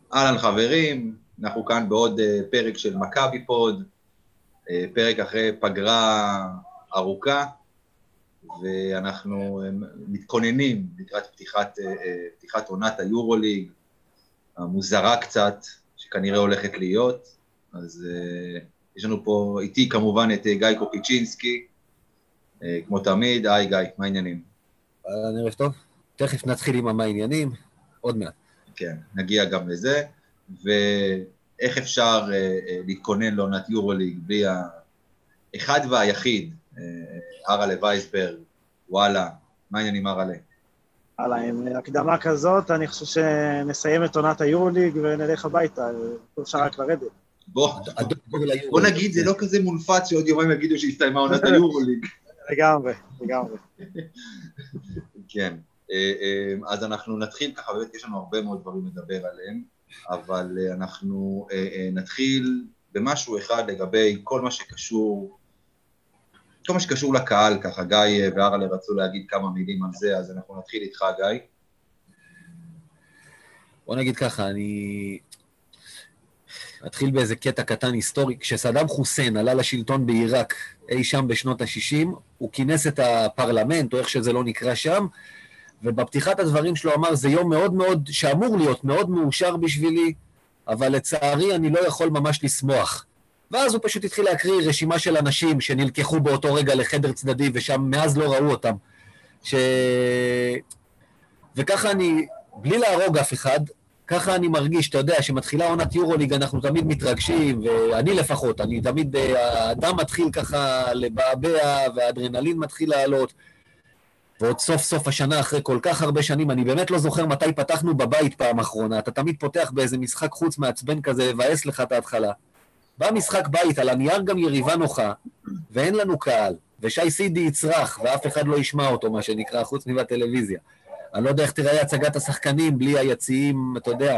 אהלן חברים, אנחנו כאן בעוד פרק של מכבי פוד, פרק אחרי פגרה ארוכה, ואנחנו מתכוננים לקראת פתיחת עונת היורוליג, המוזרה קצת, שכנראה הולכת להיות. אז יש לנו פה איתי כמובן את גיא קופיצ'ינסקי, כמו תמיד. היי גיא, מה העניינים? אני ערב טוב, תכף נתחיל עם מה העניינים, עוד מעט. כן, נגיע גם לזה, ואיך אפשר להתכונן לעונת יורוליג בלי האחד והיחיד, ארלה וייסברג. וואלה, מה העניינים ארלה? הלאה, עם הקדמה כזאת, אני חושב שנסיים את עונת היורוליג ונלך הביתה, אפשר רק לרדת. בוא נגיד, זה לא כזה מונפץ שעוד יומיים יגידו שהסתיימה עונת היורוליג. לגמרי. כן. אז אנחנו נתחיל ככה, באמת יש לנו הרבה מאוד דברים לדבר עליהם, אבל אנחנו נתחיל במשהו אחד לגבי כל מה שקשור לקהל, ככה גיא וארלה רצו להגיד כמה מילים על זה, אז אנחנו נתחיל איתך גיא. בוא נגיד ככה, אני אתחיל באיזה קטע קטן היסטורי. כשסדאם חוסיין עלה לשלטון בעיראק אי שם בשנות ה-60, הוא כינס את הפרלמנט, או איך שזה לא נקרא שם, ובפתיחת הדברים שלו אמר, זה יום מאוד מאוד, שאמור להיות מאוד מאושר בשבילי, אבל לצערי אני לא יכול ממש לשמוח. ואז הוא פשוט התחיל להקריא רשימה של אנשים שנלקחו באותו רגע לחדר צדדי, ושם מאז לא ראו אותם. וככה אני, בלי להרוג אף אחד, ככה אני מרגיש, אתה יודע, שמתחילה עונת יורוליג, אנחנו תמיד מתרגשים, ואני לפחות, אני תמיד, האדם מתחיל ככה לבעבע, והאדרנלין מתחיל לעלות, ועוד סוף סוף השנה, אחרי כל כך הרבה שנים, אני באמת לא זוכר מתי פתחנו בבית פעם אחרונה, אתה תמיד פותח באיזה משחק חוץ מעצבן כזה, ועס לך את ההתחלה. בא משחק בית, על הנייר גם יריבה נוחה, ואין לנו קהל, ושי סידי יצרח, ואף אחד לא ישמע אותו, מה שנקרא, חוץ מבטלוויזיה. אני לא יודע איך תראה הצגת השחקנים, בלי היציעים, אתה יודע.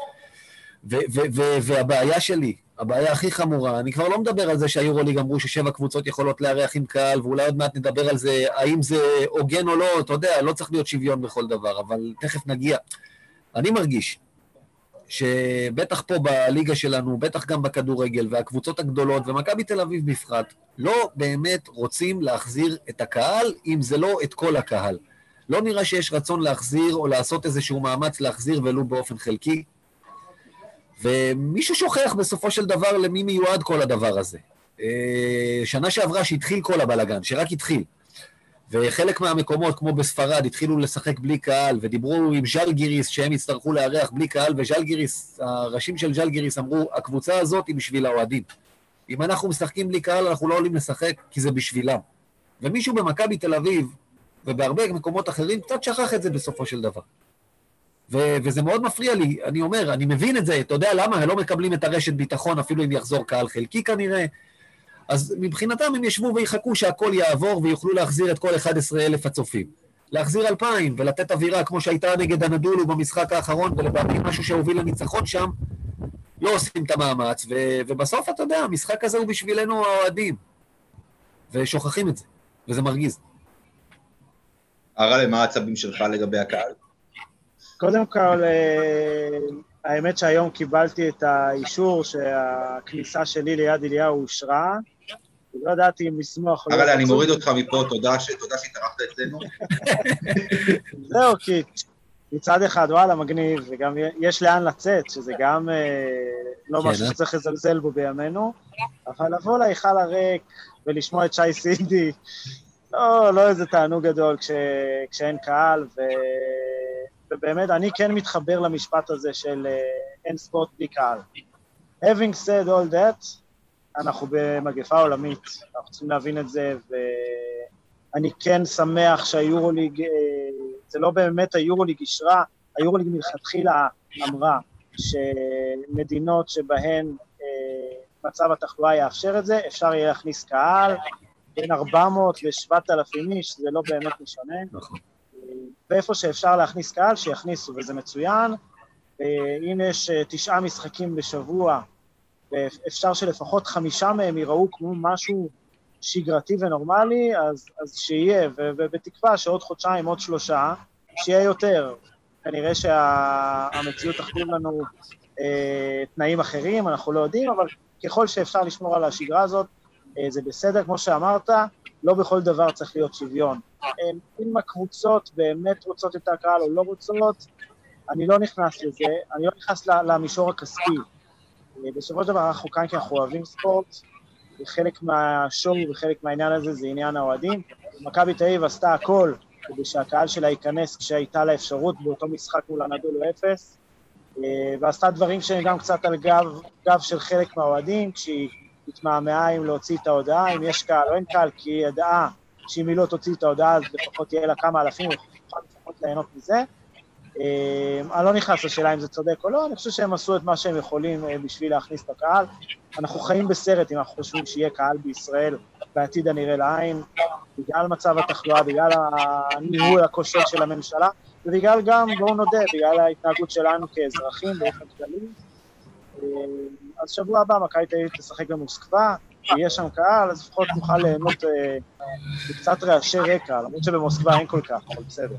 והבעיה שלי, הבעיה הכי חמורה, אני כבר לא מדבר על זה שהיורוליג אמרו ש7 קבוצות יכולות לארח עם קהל, ואולי עוד מעט נדבר על זה, האם זה הוגן או לא, אתה יודע, לא צריך להיות שוויון בכל דבר, אבל תכף נגיע. אני מרגיש שבטח פה בליגה שלנו, בטח גם בכדורגל, והקבוצות הגדולות, ומכבי תל אביב בפרט, לא באמת רוצים להחזיר את הקהל, אם זה לא את כל הקהל. לא נראה שיש רצון להחזיר, או לעשות איזשהו מאמץ להחזיר, ולו באופן חלקי. ומישהו שוכח בסופו של דבר למי מיועד כל הדבר הזה. שנה שעברה שהתחיל כל הבלגן, שרק התחיל. וחלק מהמקומות, כמו בספרד, התחילו לשחק בלי קהל, ודיברו עם ז'לגיריס שהם יצטרכו לארח בלי קהל, וז'לגיריס, הראשים של ז'לגיריס אמרו, הקבוצה הזאת היא בשביל האוהדים. אם אנחנו משחקים בלי קהל, אנחנו לא עולים לשחק, כי זה בשבילם. ומישהו במכבי תל אביב, ובהרבה מקומות אחרים, קצת שכח את זה בסופו של דבר. וזה מאוד מפריע לי, אני אומר, אני מבין את זה, אתה יודע למה? לא מקבלים את הרשת ביטחון, אפילו אם יחזור קהל חלקי כנראה, אז מבחינתם הם ישבו ויחכו שהכל יעבור, ויוכלו להחזיר את כל 11,000 הצופים. להחזיר 2,000, ולתת אווירה כמו שהייתה נגד הנדולו במשחק האחרון, ולבעתי משהו שהוביל לניצחון שם, לא עושים את המאמץ, ובסוף אתה יודע, המשחק הזה הוא בשבילנו האוהדים, ושוכחים את זה, וזה מרגיז. ארלה, מה העצבים שלך לגבי הקהל? קודם כל, האמת שהיום קיבלתי את האישור שהכניסה שלי ליד אליהו אושרה, לא ידעתי אם לשמוח. ארלה, אני מוריד אותך מפה, תודה שהתארחת אצלנו. זהו, כי מצד אחד, וואלה, מגניב, וגם יש לאן לצאת, שזה גם לא משהו שצריך לזלזל בו בימינו, אבל לבוא להיכל הריק ולשמוע את שי סידי, לא איזה תענוג גדול כשאין קהל, ובאמת אני כן מתחבר למשפט הזה של אין ספורט בלי קהל. Having said all that, אנחנו במגפה עולמית, אנחנו צריכים להבין את זה, ואני כן שמח שהיורוליג, זה לא באמת היורוליג אישרה, היורוליג מלכתחילה אמרה שמדינות שבהן מצב התחלואה יאפשר את זה, אפשר יהיה להכניס קהל, בין 400 ל-7,000 איש, זה לא באמת משנה. נכון. ואיפה שאפשר להכניס קהל, שיכניסו, וזה מצוין. אם יש 9 משחקים בשבוע, ואפשר שלפחות 5 מהם יראו כמו משהו שגרתי ונורמלי, אז שיהיה, ובתקווה שעוד חודשיים, עוד 3, שיהיה יותר. כנראה שהמציאות תכתיב לנו תנאים אחרים, אנחנו לא יודעים, אבל ככל שאפשר לשמור על השגרה הזאת, זה בסדר, כמו שאמרת, לא בכל דבר צריך להיות שוויון. אם הקבוצות באמת רוצות את הקהל או לא רוצות, אני לא נכנס לזה, אני לא נכנס למישור הכספי. בסופו של דבר אנחנו כאן כי אנחנו אוהבים ספורט, וחלק מהשואו וחלק מהעניין הזה זה עניין האוהדים. מכבי תל אביב עשתה הכל כדי שהקהל שלה ייכנס כשהייתה לה אפשרות באותו משחק מול הנדולו 0, ועשתה דברים שהם גם קצת על גב של חלק מהאוהדים, כשהיא התמהמהה אם להוציא את ההודעה, אם יש קהל או אין קהל, כי היא ידעה שאם היא לא תוציא את ההודעה, אז לפחות יהיה לה כמה אלפים, ותוכל לפחות ליהנות מזה. אני לא נכנס לשאלה אם זה צודק או לא, אני חושב שהם עשו את מה שהם יכולים בשביל להכניס את הקהל. אנחנו חיים בסרט אם אנחנו חושבים שיהיה קהל בישראל בעתיד הנראה לעין, בגלל מצב התחלואה, בגלל הניהול הכושל של הממשלה, ובגלל גם, בואו נודה, בגלל ההתנהגות שלנו כאזרחים באופן כללי. אז שבוע הבא מכבי תל אביב תשחק במוסקבה, ויש שם קהל, אז לפחות נוכל ליהנות בקצת רעשי רקע, למרות שבמוסקבה אין כל כך, אבל בסדר.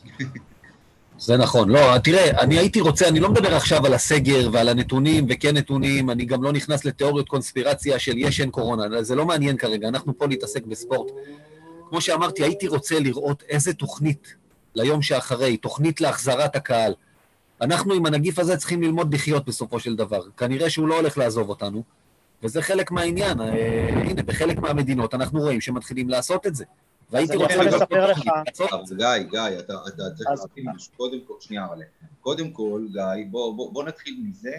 זה נכון. לא, תראה, אני הייתי רוצה, אני לא מדבר עכשיו על הסגר ועל הנתונים וכן נתונים, אני גם לא נכנס לתיאוריות קונספירציה של יש אין קורונה, זה לא מעניין כרגע, אנחנו פה להתעסק בספורט. כמו שאמרתי, הייתי רוצה לראות איזה תוכנית ליום שאחרי, תוכנית להחזרת הקהל. אנחנו עם הנגיף הזה צריכים ללמוד לחיות בסופו של דבר. כנראה שהוא לא הולך לעזוב אותנו, וזה חלק מהעניין. הנה, בחלק מהמדינות אנחנו רואים שמתחילים לעשות את זה. והייתי רוצה לספר לך... גיא, אתה צריך להסכים קודם כל, שנייה, אבל קודם כל, גיא, בוא נתחיל מזה,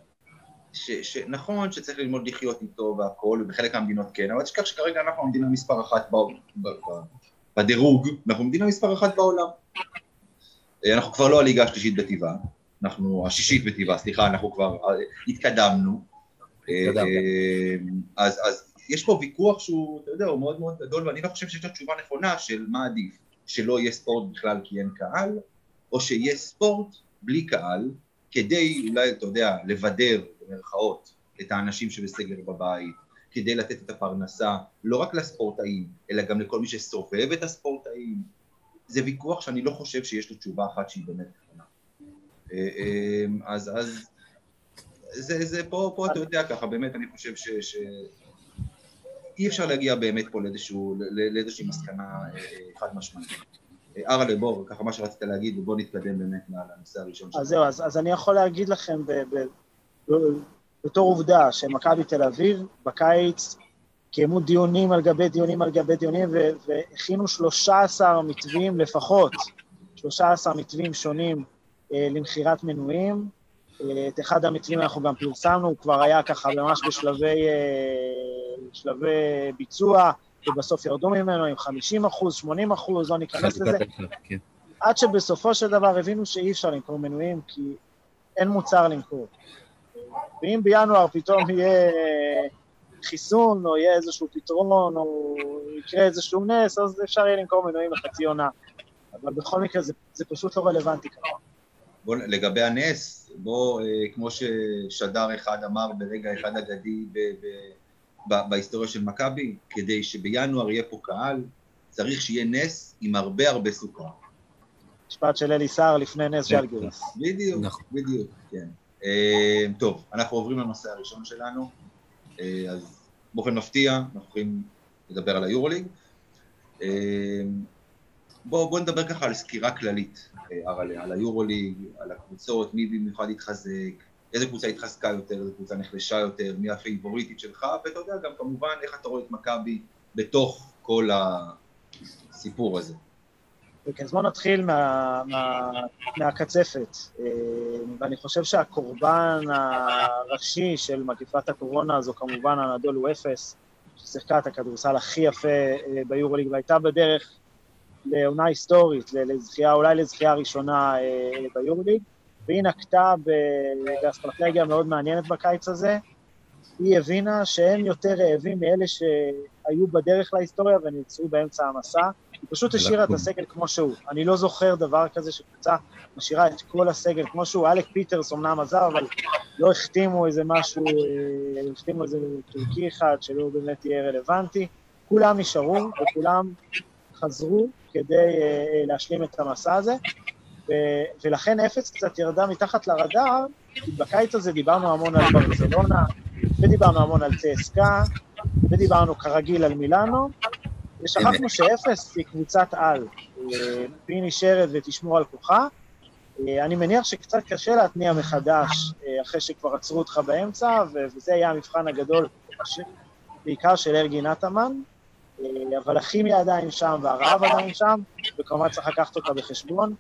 שנכון שצריך ללמוד לחיות איתו והכל, ובחלק מהמדינות כן, אבל תשכח שכרגע אנחנו המדינה מספר אחת בדירוג, אנחנו מדינה מספר אחת בעולם. אנחנו כבר לא הליגה השלישית בטבעה, אנחנו השישית בטבעה, סליחה, אנחנו כבר התקדמנו. אז יש פה ויכוח שהוא, אתה יודע, הוא מאוד מאוד גדול, ואני לא חושב שיש לו תשובה נכונה של מה עדיף, שלא יהיה ספורט בכלל כי אין קהל, או שיהיה ספורט בלי קהל, כדי אולי, אתה יודע, לבדר במרכאות את האנשים שבסגר בבית, כדי לתת את הפרנסה, לא רק לספורטאים, אלא גם לכל מי שסובב את הספורטאים. זה ויכוח שאני לא חושב שיש לו תשובה אחת שהיא באמת נכונה. אז זה פה, אתה יודע, ככה, באמת אני חושב אי אפשר להגיע באמת פה לאיזושהי מסקנה חד משמעית. ארלה, בוא, ככה מה שרצית להגיד, ובוא נתקדם באמת לנושא הראשון שלנו. אז זהו, אז אני יכול להגיד לכם בתור עובדה שמכבי תל אביב בקיץ קיימו דיונים על גבי דיונים על גבי דיונים, והכינו 13 מתווים לפחות, 13 מתווים שונים למחירת מנויים. את אחד המתווים אנחנו גם פרסמנו, הוא כבר היה ככה ממש בשלבי ביצוע, ובסוף ירדו ממנו עם 50%, 80%, לא ניכנס לזה, עד שבסופו של דבר הבינו שאי אפשר למכור מנויים, כי אין מוצר למכור. ואם בינואר פתאום יהיה חיסון, או יהיה איזשהו פתרון, או יקרה איזשהו נס, אז אפשר יהיה למכור מנויים לחצי עונה. אבל בכל מקרה זה פשוט לא רלוונטי ככה. לגבי הנס, כמו ששדר אחד אמר ברגע אחד אגדי בהיסטוריה של מכבי, כדי שבינואר יהיה פה קהל, צריך שיהיה נס עם הרבה הרבה סוכר. משפט של אלי סער לפני נס ז'לגיריס. בדיוק, כן. טוב, אנחנו עוברים לנושא הראשון שלנו, אז באופן מפתיע, אנחנו יכולים לדבר על היורוליג. בואו נדבר ככה על סקירה כללית, על היורוליג, על הקבוצות, מי במיוחד התחזק, איזה קבוצה התחזקה יותר, איזה קבוצה נחלשה יותר, מי הפייבוריטית שלך, ואתה יודע גם כמובן איך אתה רואה את מכבי בתוך כל הסיפור הזה. אז בואו נתחיל מהקצפת, ואני חושב שהקורבן הראשי של מגפת הקורונה הזו כמובן הנדולו 0, ששיחקה את הכדורסל הכי יפה ביורוליג, והייתה בדרך לעונה היסטורית, אולי לזכייה ראשונה ביורוליג, והיא נקטה באסטרטגיה מאוד מעניינת בקיץ הזה. היא הבינה שהם יותר רעבים מאלה שהיו בדרך להיסטוריה ונמצאו באמצע המסע. היא פשוט השאירה את הסגל כמו שהוא. אני לא זוכר דבר כזה שקבוצה משאירה את כל הסגל כמו שהוא. אלק פיטרס אמנם עזר, אבל לא החתימו איזה משהו, החתימו איזה טורקי אחד שלא באמת יהיה רלוונטי. כולם נשארו וכולם חזרו כדי להשלים את המסע הזה. ולכן אפס קצת ירדה מתחת לרדאר, כי בקיץ הזה דיברנו המון על ברצלונה, ודיברנו המון על צסקה, ודיברנו כרגיל על מילאנו, ושכחנו שאפס היא קבוצת על, והיא נשארת ותשמור על כוחה. אני מניח שקצת קשה להתניע מחדש, אחרי שכבר עצרו אותך באמצע, וזה היה המבחן הגדול, בעיקר של ארגי נטמן, אבל הכימיה עדיין שם, והרעב עדיין שם, וכמובן צריך לקחת אותה בחשבון.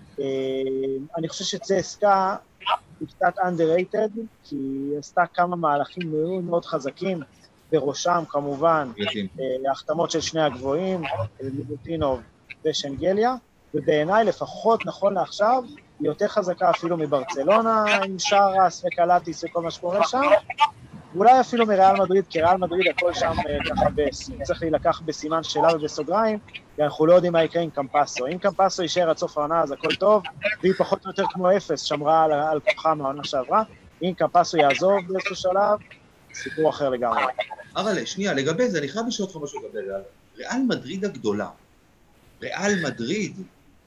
אני חושב שצסקה היא קצת underrated, כי היא עשתה כמה מהלכים מאוד מאוד חזקים, בראשם כמובן ההחתמות של שני הגבוהים, ליבוטינוב ושנגליה, ובעיניי לפחות נכון לעכשיו, היא יותר חזקה אפילו מברצלונה, עם שרס וקלטיס וכל מה שקורה שם, ואולי אפילו מריאל מדריד, כי ריאל מדריד הכל שם ככה צריך להילקח בסימן שאלה ובסוגריים, כי אנחנו לא יודעים מה יקרה עם קמפסו. אם קמפסו יישאר עד סוף העונה, אז הכל טוב, והיא פחות או יותר כמו אפס, שמרה על כוחה מהעונה שעברה. אם קמפסו יעזוב באיזשהו שלב, סיפור אחר לגמרי. אבל שנייה, לגבי זה, אני חייב לשאול אותך משהו לגבי ריאל מדריד הגדולה. ריאל מדריד,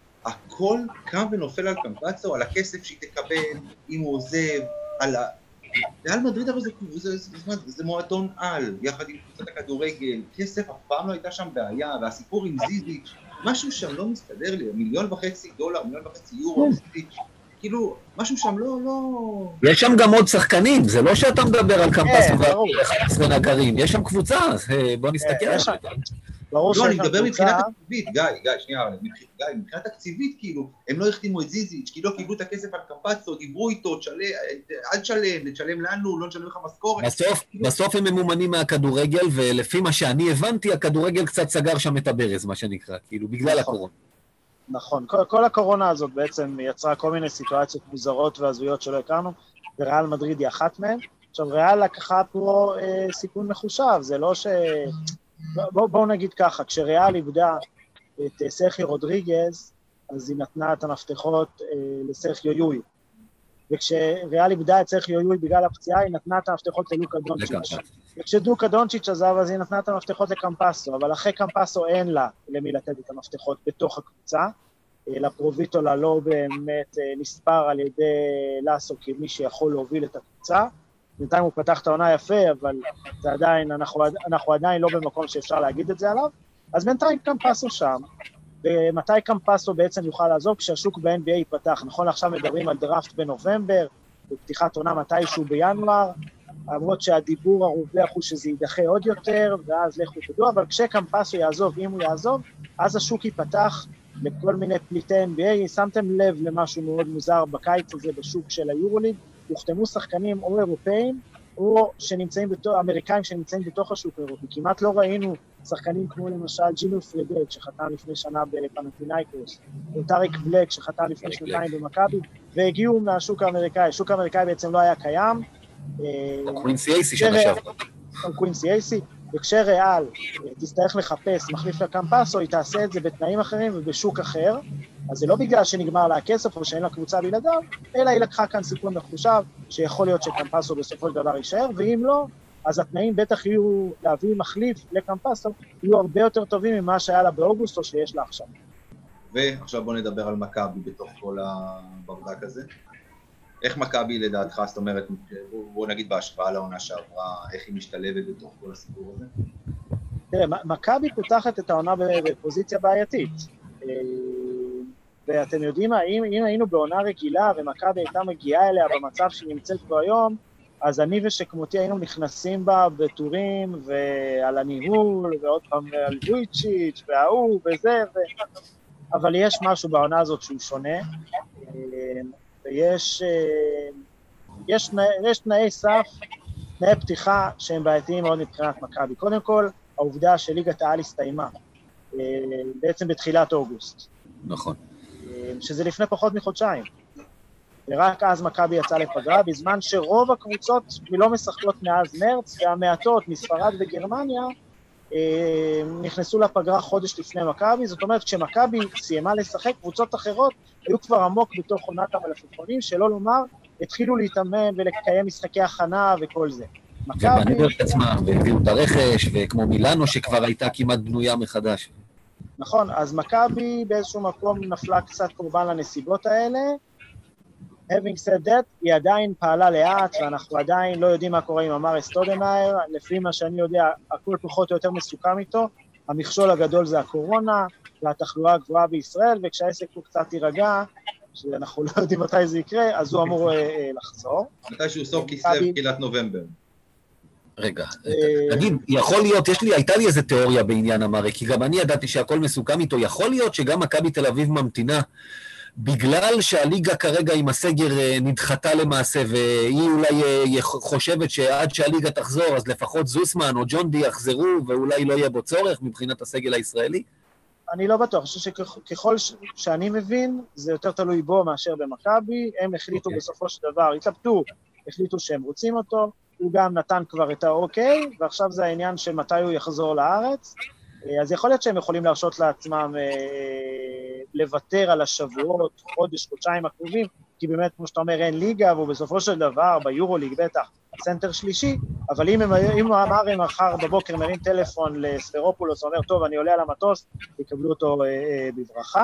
הכל קם ונופל על קמפסו, על הכסף שהיא תקבל, אם הוא עוזב, על ה... ריאל מדריד אבל זה מועדון על, יחד עם קבוצת הכדורגל, כסף אף פעם לא הייתה שם בעיה, והסיפור עם זיזיץ', משהו שם לא מסתדר לי, $1.5 מיליון, $1.5 מיליון, זיזיץ', כאילו, משהו שם לא... יש שם גם עוד שחקנים, זה לא שאתה מדבר על קמפסו ו-11 נגרים, יש שם קבוצה, בוא נסתכל על זה. לא, אני מדבר מבחינה תקציבית, גיא, שנייה, מבחינה תקציבית, כאילו, הם לא החתימו את זיזיץ', כי לא קיבלו את הכסף על קמפסו, דיברו איתו, אל תשלם לנו, לא נשלם לך משכורת. בסוף הם ממומנים מהכדורגל, ולפי מה שאני הבנתי, הכדורגל קצת סגר שם את הברז, מה שנקרא, כאילו, בגלל הקורונה. נכון, כל הקורונה הזאת בעצם יצרה כל מיני סיטואציות מוזרות והזויות שלא הכרנו, וריאל מדריד היא אחת מהן. עכשיו, ריאל לקחה פה סיכון מחושב, זה לא ש... בואו נגיד ככה, כשריאל איבדה את סרחיו רודריגז, אז היא נתנה את המפתחות לסרחיו יוי. וכשריאל איבדה את סרחיו יוי בגלל הפציעה, היא נתנה את המפתחות ללוקה דונצ'יץ'. וכשלוקה דונצ'יץ' עזב, אז היא נתנה את המפתחות לקמפסו, אבל אחרי קמפסו אין לה למי לתת את המפתחות בתוך הקבוצה, לפרוביטולה לא באמת נספר על ידי לסו כמי שיכול להוביל את הקבוצה, בינתיים הוא פתח את העונה יפה, אבל זה עדיין, אנחנו עדיין לא במקום שאפשר להגיד את זה עליו, אז בינתיים קמפסו שם, ומתי קמפסו בעצם יוכל לעזוב? כשהשוק ב-NBA ייפתח, נכון עכשיו מדברים על דראפט בנובמבר, בפתיחת עונה מתישהו בינואר, למרות שהדיבור הרווח הוא שזה יידחה עוד יותר, ואז לכו תדעו, אבל כשקמפסו יעזוב, אם הוא יעזוב, אז השוק ייפתח לכל מיני פליטי NBA, שמתם לב למשהו מאוד מוזר בקיץ הזה בשוק של היורוליג, הוחתמו שחקנים או אירופאים, או אמריקאים שנמצאים בתוך השוק האירופי. כמעט לא ראינו שחקנים כמו למשל ג'ימר פרידט, שחתם לפני שנה בפנתינייקוס, או טאריק בלק, שחתם לפני שנתיים במכבי, והגיעו מהשוק האמריקאי. השוק האמריקאי בעצם לא היה קיים. קווינסי אייסי שנה שעברה. קווינסי אייסי, וכשריאל תצטרך לחפש מחליף לקמפסו, היא תעשה את זה בתנאים אחרים ובשוק אחר, אז זה לא בגלל שנגמר לה הכסף או שאין לה קבוצה בלעדיו, אלא היא לקחה כאן סיכון מחושב, שיכול להיות שקמפסו בסופו של דבר יישאר, ואם לא, אז התנאים בטח יהיו להביא מחליף לקמפסו, יהיו הרבה יותר טובים ממה שהיה לה באוגוסט או שיש לה עכשיו. ועכשיו בוא נדבר על מכבי בתוך כל הברדק הזה. איך מכבי לדעתך, זאת אומרת, בוא נגיד בהשוואה לעונה שעברה, איך היא משתלבת בתוך כל הסיפור הזה? תראה, מכבי פותחת את העונה בפוזיציה בעייתית. ואתם יודעים מה, אם היינו בעונה רגילה ומכבי הייתה מגיעה אליה במצב שנמצאת בו היום, אז אני ושכמותי היינו נכנסים בה בטורים ועל הניהול, ועוד פעם על וויצ'יץ' וההוא וזה, אבל יש משהו בעונה הזאת שהוא שונה, ויש תנאי סף, תנאי פתיחה שהם בעייתיים מאוד מבחינת מכבי. קודם כל, העובדה שליגת העל הסתיימה, בעצם בתחילת אוגוסט. נכון. שזה לפני פחות מחודשיים. ורק אז מכבי יצא לפגרה, בזמן שרוב הקבוצות לא משחקות מאז מרץ, והמעטות מספרד וגרמניה נכנסו לפגרה חודש לפני מכבי, זאת אומרת, כשמכבי סיימה לשחק, קבוצות אחרות היו כבר עמוק בתוך עונת המלפפונים, שלא לומר, התחילו להתאמן ולקיים משחקי הכנה וכל זה. ובנינו את עצמם, והביאו את הרכש, וכמו מילאנו שכבר הייתה כמעט בנויה מחדש. נכון, אז מכבי באיזשהו מקום נפלה קצת קורבן לנסיבות האלה, having said that, היא עדיין פעלה לאט, ואנחנו עדיין לא יודעים מה קורה עם אמר סטודנאייר, לפי מה שאני יודע, הכל פחות או יותר מסוכם איתו, המכשול הגדול זה הקורונה, והתחלואה הגבוהה בישראל, וכשהעסק הוא קצת יירגע, שאנחנו לא יודעים מתי זה יקרה, אז הוא אמור לחזור. מתי שהוא סוף כסלו, תחילת נובמבר. רגע, תגיד, יכול להיות, הייתה לי איזה תיאוריה בעניין אמרי, כי גם אני ידעתי שהכל מסוכם איתו, יכול להיות שגם מכבי תל אביב ממתינה, בגלל שהליגה כרגע עם הסגר נדחתה למעשה, והיא אולי חושבת שעד שהליגה תחזור, אז לפחות זוסמן או ג'ון די יחזרו, ואולי לא יהיה בו צורך מבחינת הסגל הישראלי? אני לא בטוח, אני חושב שככל שאני מבין, זה יותר תלוי בו מאשר במכבי, הם החליטו בסופו של דבר, התלבטו, החליטו שהם רוצים אותו, הוא גם נתן כבר את האוקיי, ועכשיו זה העניין של מתי הוא יחזור לארץ, אז יכול להיות שהם יכולים להרשות לעצמם לוותר על השבועות, חודש, חודשיים הקרובים, כי באמת, כמו שאתה אומר, אין ליגה, והוא בסופו של דבר, ביורוליג בטח, הסנטר שלישי, אבל אם הוא אמר מחר בבוקר מרים טלפון לספרופולוס, הוא אומר, טוב, אני עולה על המטוס, יקבלו אותו בברכה.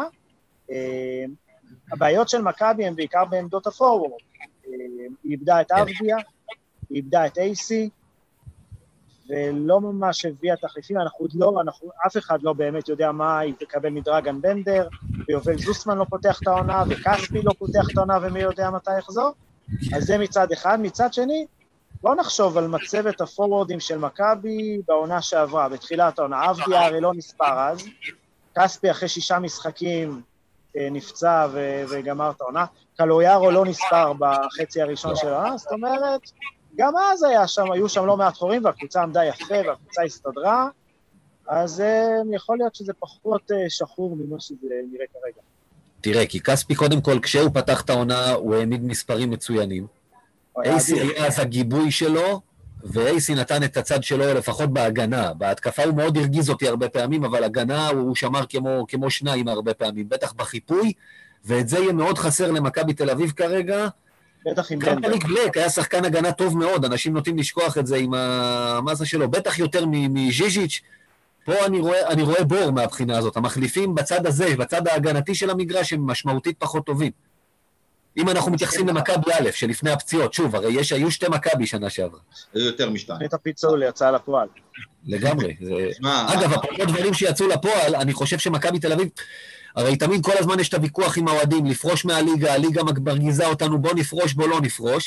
הבעיות של מכבי הם בעיקר בעמדות הפורוורד. היא איבדה את אבדיה, היא איבדה את אייסי, ולא ממש הביאה תחליפים, אף אחד לא באמת יודע מה היא תקבל מדרגן בנדר, ויובל זוסמן לא פותח את העונה, וקספי לא פותח את העונה, ומי יודע מתי יחזור. אז זה מצד אחד. מצד שני, בואו נחשוב על מצבת הפורורדים של מכבי בעונה שעברה, בתחילת העונה. אבדיה הרי לא נספר אז, קספי אחרי 6 משחקים נפצע וגמר את העונה, קלויארו לא נספר בחצי הראשון של העונה, זאת אומרת, גם אז היו שם לא מעט חורים, והקבוצה עמדה יפה, והקבוצה הסתדרה, אז יכול להיות שזה פחות שחור ממה שזה נראה כרגע. תראה, כי קספי קודם כל, כשהוא פתח את העונה, הוא העמיד מספרים מצוינים. אייסי היה אז הגיבוי שלו, ואייסי נתן את הצד שלו לפחות בהגנה. בהתקפה הוא מאוד הרגיז אותי הרבה פעמים, אבל הגנה הוא שמר כמו שניים הרבה פעמים, בטח בחיפוי, ואת זה יהיה מאוד חסר למכבי תל אביב כרגע. בטח עם גם פליק בלק היה שחקן הגנה טוב מאוד, אנשים נוטים לשכוח את זה עם המסה שלו, בטח יותר מז'יז'יץ'. פה אני רואה בור מהבחינה הזאת, המחליפים בצד הזה, בצד ההגנתי של המגרש, הם משמעותית פחות טובים. אם אנחנו מתייחסים למכבי א', שלפני הפציעות, שוב, הרי היו 2 מכבי שנה שעברה. היו יותר משתיים. את הפיצול יצא לפועל. לגמרי. אגב, אפרופו דברים שיצאו לפועל, אני חושב שמכבי תל אביב, הרי תמיד כל הזמן יש את הוויכוח עם האוהדים, לפרוש מהליגה, הליגה מרגיזה אותנו, בוא נפרוש, בוא לא נפרוש.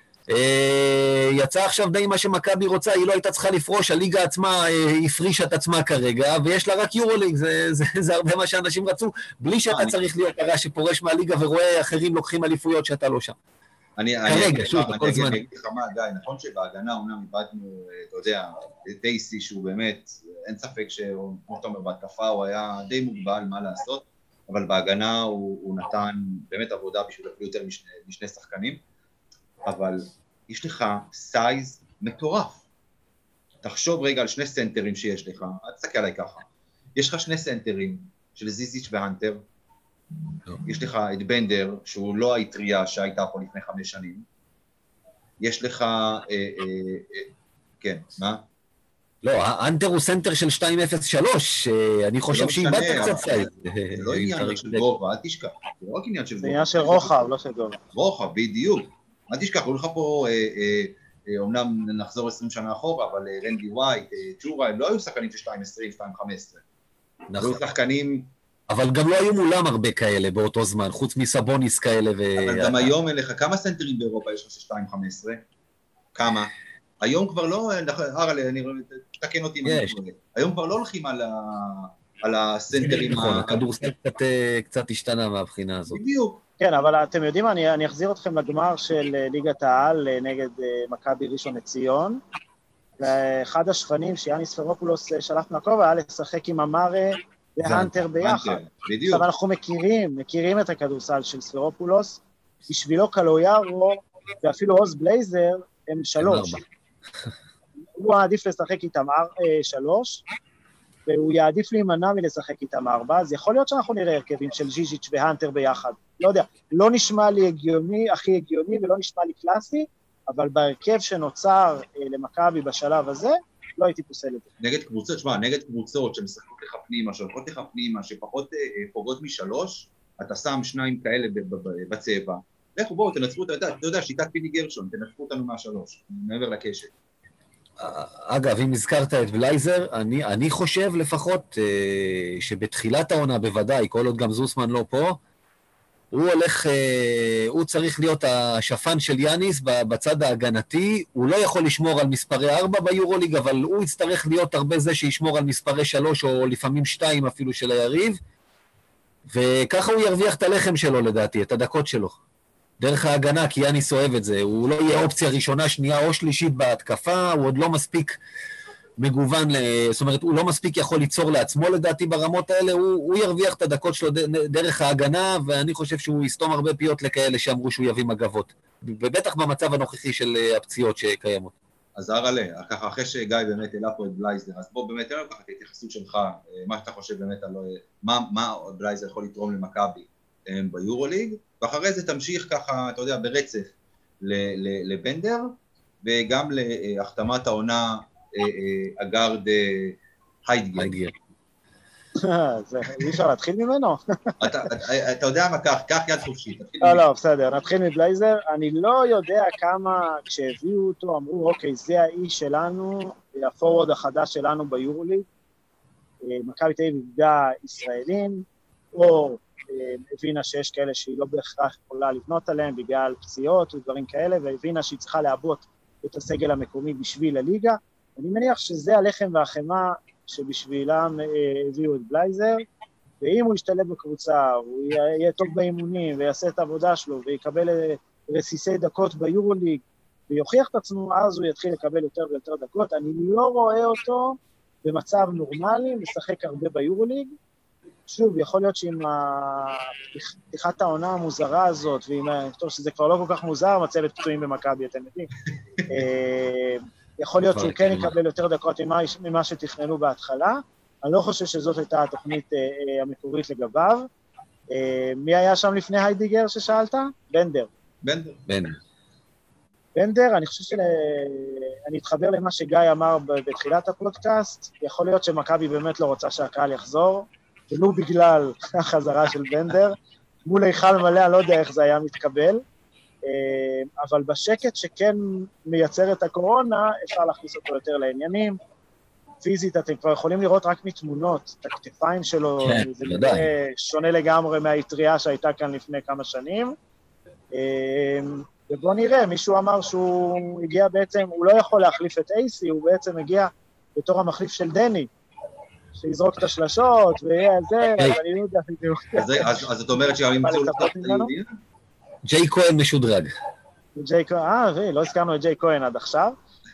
יצא עכשיו די מה שמכבי רוצה, היא לא הייתה צריכה לפרוש, הליגה עצמה הפרישה את עצמה כרגע, ויש לה רק יורוליג, זה הרבה מה שאנשים רצו, בלי שאתה צריך להיות הרע שפורש מהליגה ורואה אחרים לוקחים אליפויות שאתה לא שם. כרגע, שוב, בכל זמן. אני אגיד לך מה, גיא, נכון שבהגנה אומנם איבדנו, אתה יודע, דייסי שהוא באמת, אין ספק שהוא, כמו שאתה אומר, בהתקפה הוא היה די מוגבל, מה לעשות, אבל בהגנה הוא נתן באמת עבודה בשביל אפילו יותר משני שחקנים, אבל יש לך סייז מטורף. תחשוב רגע על 2 סנטרים שיש לך, אל תסתכל עליי ככה. יש לך 2 סנטרים של זיזיץ' והנטר, יש לך את בנדר, שהוא לא היטריה שהייתה פה לפני 5 שנים, יש לך, כן, מה? לא, האנטר הוא סנטר של 203, אני חושב שאיבדת קצת סייז. זה לא עניין של גובה, אל תשכח. זה לא רק עניין של גובה. זה עניין של רוחב, לא של גובה. רוחב, בדיוק. אל תשכח, הוא לך פה, אומנם נחזור 20 שנה אחורה, אבל רנדי ווייט, צ'ורה, הם לא היו שחקנים של 2.20, 2.15. היו שחקנים... אבל גם לא היו מולם הרבה כאלה באותו זמן, חוץ מסבוניס כאלה אבל גם היום אין לך, כמה סנטרים באירופה יש לך של 2.15? כמה? היום כבר לא, אני תקן אותי, היום כבר לא הולכים על הסנטרים. נכון, הכדורסל קצת השתנה מהבחינה הזאת. בדיוק. כן, אבל אתם יודעים, אני אחזיר אתכם לגמר של ליגת העל נגד מכבי ראשון לציון, ואחד השפנים שיאניס ספרופולוס שלח מהכובע היה לשחק עם אמרה והנטר ביחד. בדיוק. עכשיו אנחנו מכירים את הכדורסל של ספרופולוס, בשבילו קלויארו ואפילו עוז בלייזר הם 3. הוא עדיף לשחק איתם 3, והוא יעדיף להימנע מלשחק איתם 4, אז יכול להיות שאנחנו נראה הרכבים של ז'יז'יץ' והנטר ביחד. לא יודע, לא נשמע לי הגיוני, הכי הגיוני, ולא נשמע לי קלאסי, אבל בהרכב שנוצר למכבי בשלב הזה, לא הייתי פוסל את זה. נגד קבוצות, שמע, נגד קבוצות שמשחקות לך פנימה, שהולכות לך פנימה, שפחות פוגעות משלוש, אתה שם שניים כאלה בצבע, לכו בואו, תנצחו, אתה יודע, שיטת פיני גרשון, תנצחו אותנו מהשלוש, מעבר לקשת. אגב, אם הזכרת את בלייזר, אני חושב לפחות שבתחילת העונה בוודאי, כל עוד גם זוסמן לא פה, הוא צריך להיות השפן של יאניס בצד ההגנתי, הוא לא יכול לשמור על מספרי 4 ביורוליג, אבל הוא יצטרך להיות הרבה זה שישמור על מספרי 3 או לפעמים 2 אפילו של היריב, וככה הוא ירוויח את הלחם שלו לדעתי, את הדקות שלו. דרך ההגנה, כי יאניס אוהב את זה, הוא לא יהיה אופציה ראשונה, שנייה או שלישית בהתקפה, הוא עוד לא מספיק מגוון, זאת אומרת, הוא לא מספיק יכול ליצור לעצמו לדעתי ברמות האלה, הוא ירוויח את הדקות שלו דרך ההגנה, ואני חושב שהוא יסתום הרבה פיות לכאלה שאמרו שהוא יביא מגבות, ובטח במצב הנוכחי של הפציעות שקיימות. אז ארלה, ככה אחרי שגיא באמת העלה פה את בלייזר, אז בוא באמת תראה ככה את ההתייחסות שלך, מה שאתה חושב באמת על מה בלייזר יכול לתרום למכבי ביורוליג, ואחרי זה תמשיך ככה, אתה יודע, ברצף לבנדר, וגם להחתמת העונה אגרד היידגר. אי אפשר להתחיל ממנו? אתה יודע מה, קח יד חופשית. לא, בסדר, נתחיל מבלייזר. אני לא יודע כמה, כשהביאו אותו, אמרו, אוקיי, זה האיש שלנו, הפורוורד החדש שלנו ביורוליג, מכבי תל אביב איבדה ישראלים, או הבינה שיש כאלה שהיא לא בהכרח יכולה לבנות עליהם בגלל פציעות ודברים כאלה, והבינה שהיא צריכה לעבות את הסגל המקומי בשביל הליגה. אני מניח שזה הלחם והחמה שבשבילם הביאו את בלייזר, ואם הוא ישתלב בקבוצה, הוא יהיה טוב באימונים ויעשה את העבודה שלו ויקבל רסיסי דקות ביורוליג ויוכיח את עצמו, אז הוא יתחיל לקבל יותר ויותר דקות. אני לא רואה אותו במצב נורמלי, משחק הרבה ביורוליג. שוב, יכול להיות שעם פתיחת העונה המוזרה הזאת, ועם, טוב שזה כבר לא כל כך מוזר, מצבת פצועים במכבי, אתם יודעים. יכול להיות שהוא כן יקבל יותר דקות ממה שתכננו בהתחלה. אני לא חושב שזאת הייתה התוכנית המקורית לגביו. מי היה שם לפני היידיגר ששאלת? בנדר. בנדר, אני חושב אני אתחבר למה שגיא אמר בתחילת הפודקאסט, יכול להיות שמכבי באמת לא רוצה שהקהל יחזור, ולא בגלל החזרה של בנדר, מול היכל מלא, אני לא יודע איך זה היה מתקבל, אבל בשקט שכן מייצר את הקורונה, אפשר להכניס אותו יותר לעניינים. פיזית, אתם כבר יכולים לראות רק מתמונות, את הכתפיים שלו, כן, זה שונה לגמרי מהיטריה שהייתה כאן לפני כמה שנים. ובוא נראה, מישהו אמר שהוא הגיע בעצם, הוא לא יכול להחליף את אייסי, הוא בעצם הגיע בתור המחליף של דני, שיזרוק את השלשות, ויהיה זה, אבל אני לא יודע בדיוק. אז את אומרת שגם ימצאו לך את היהודים? ג'יי כהן משודרג. לא הזכרנו את ג'יי כהן עד עכשיו.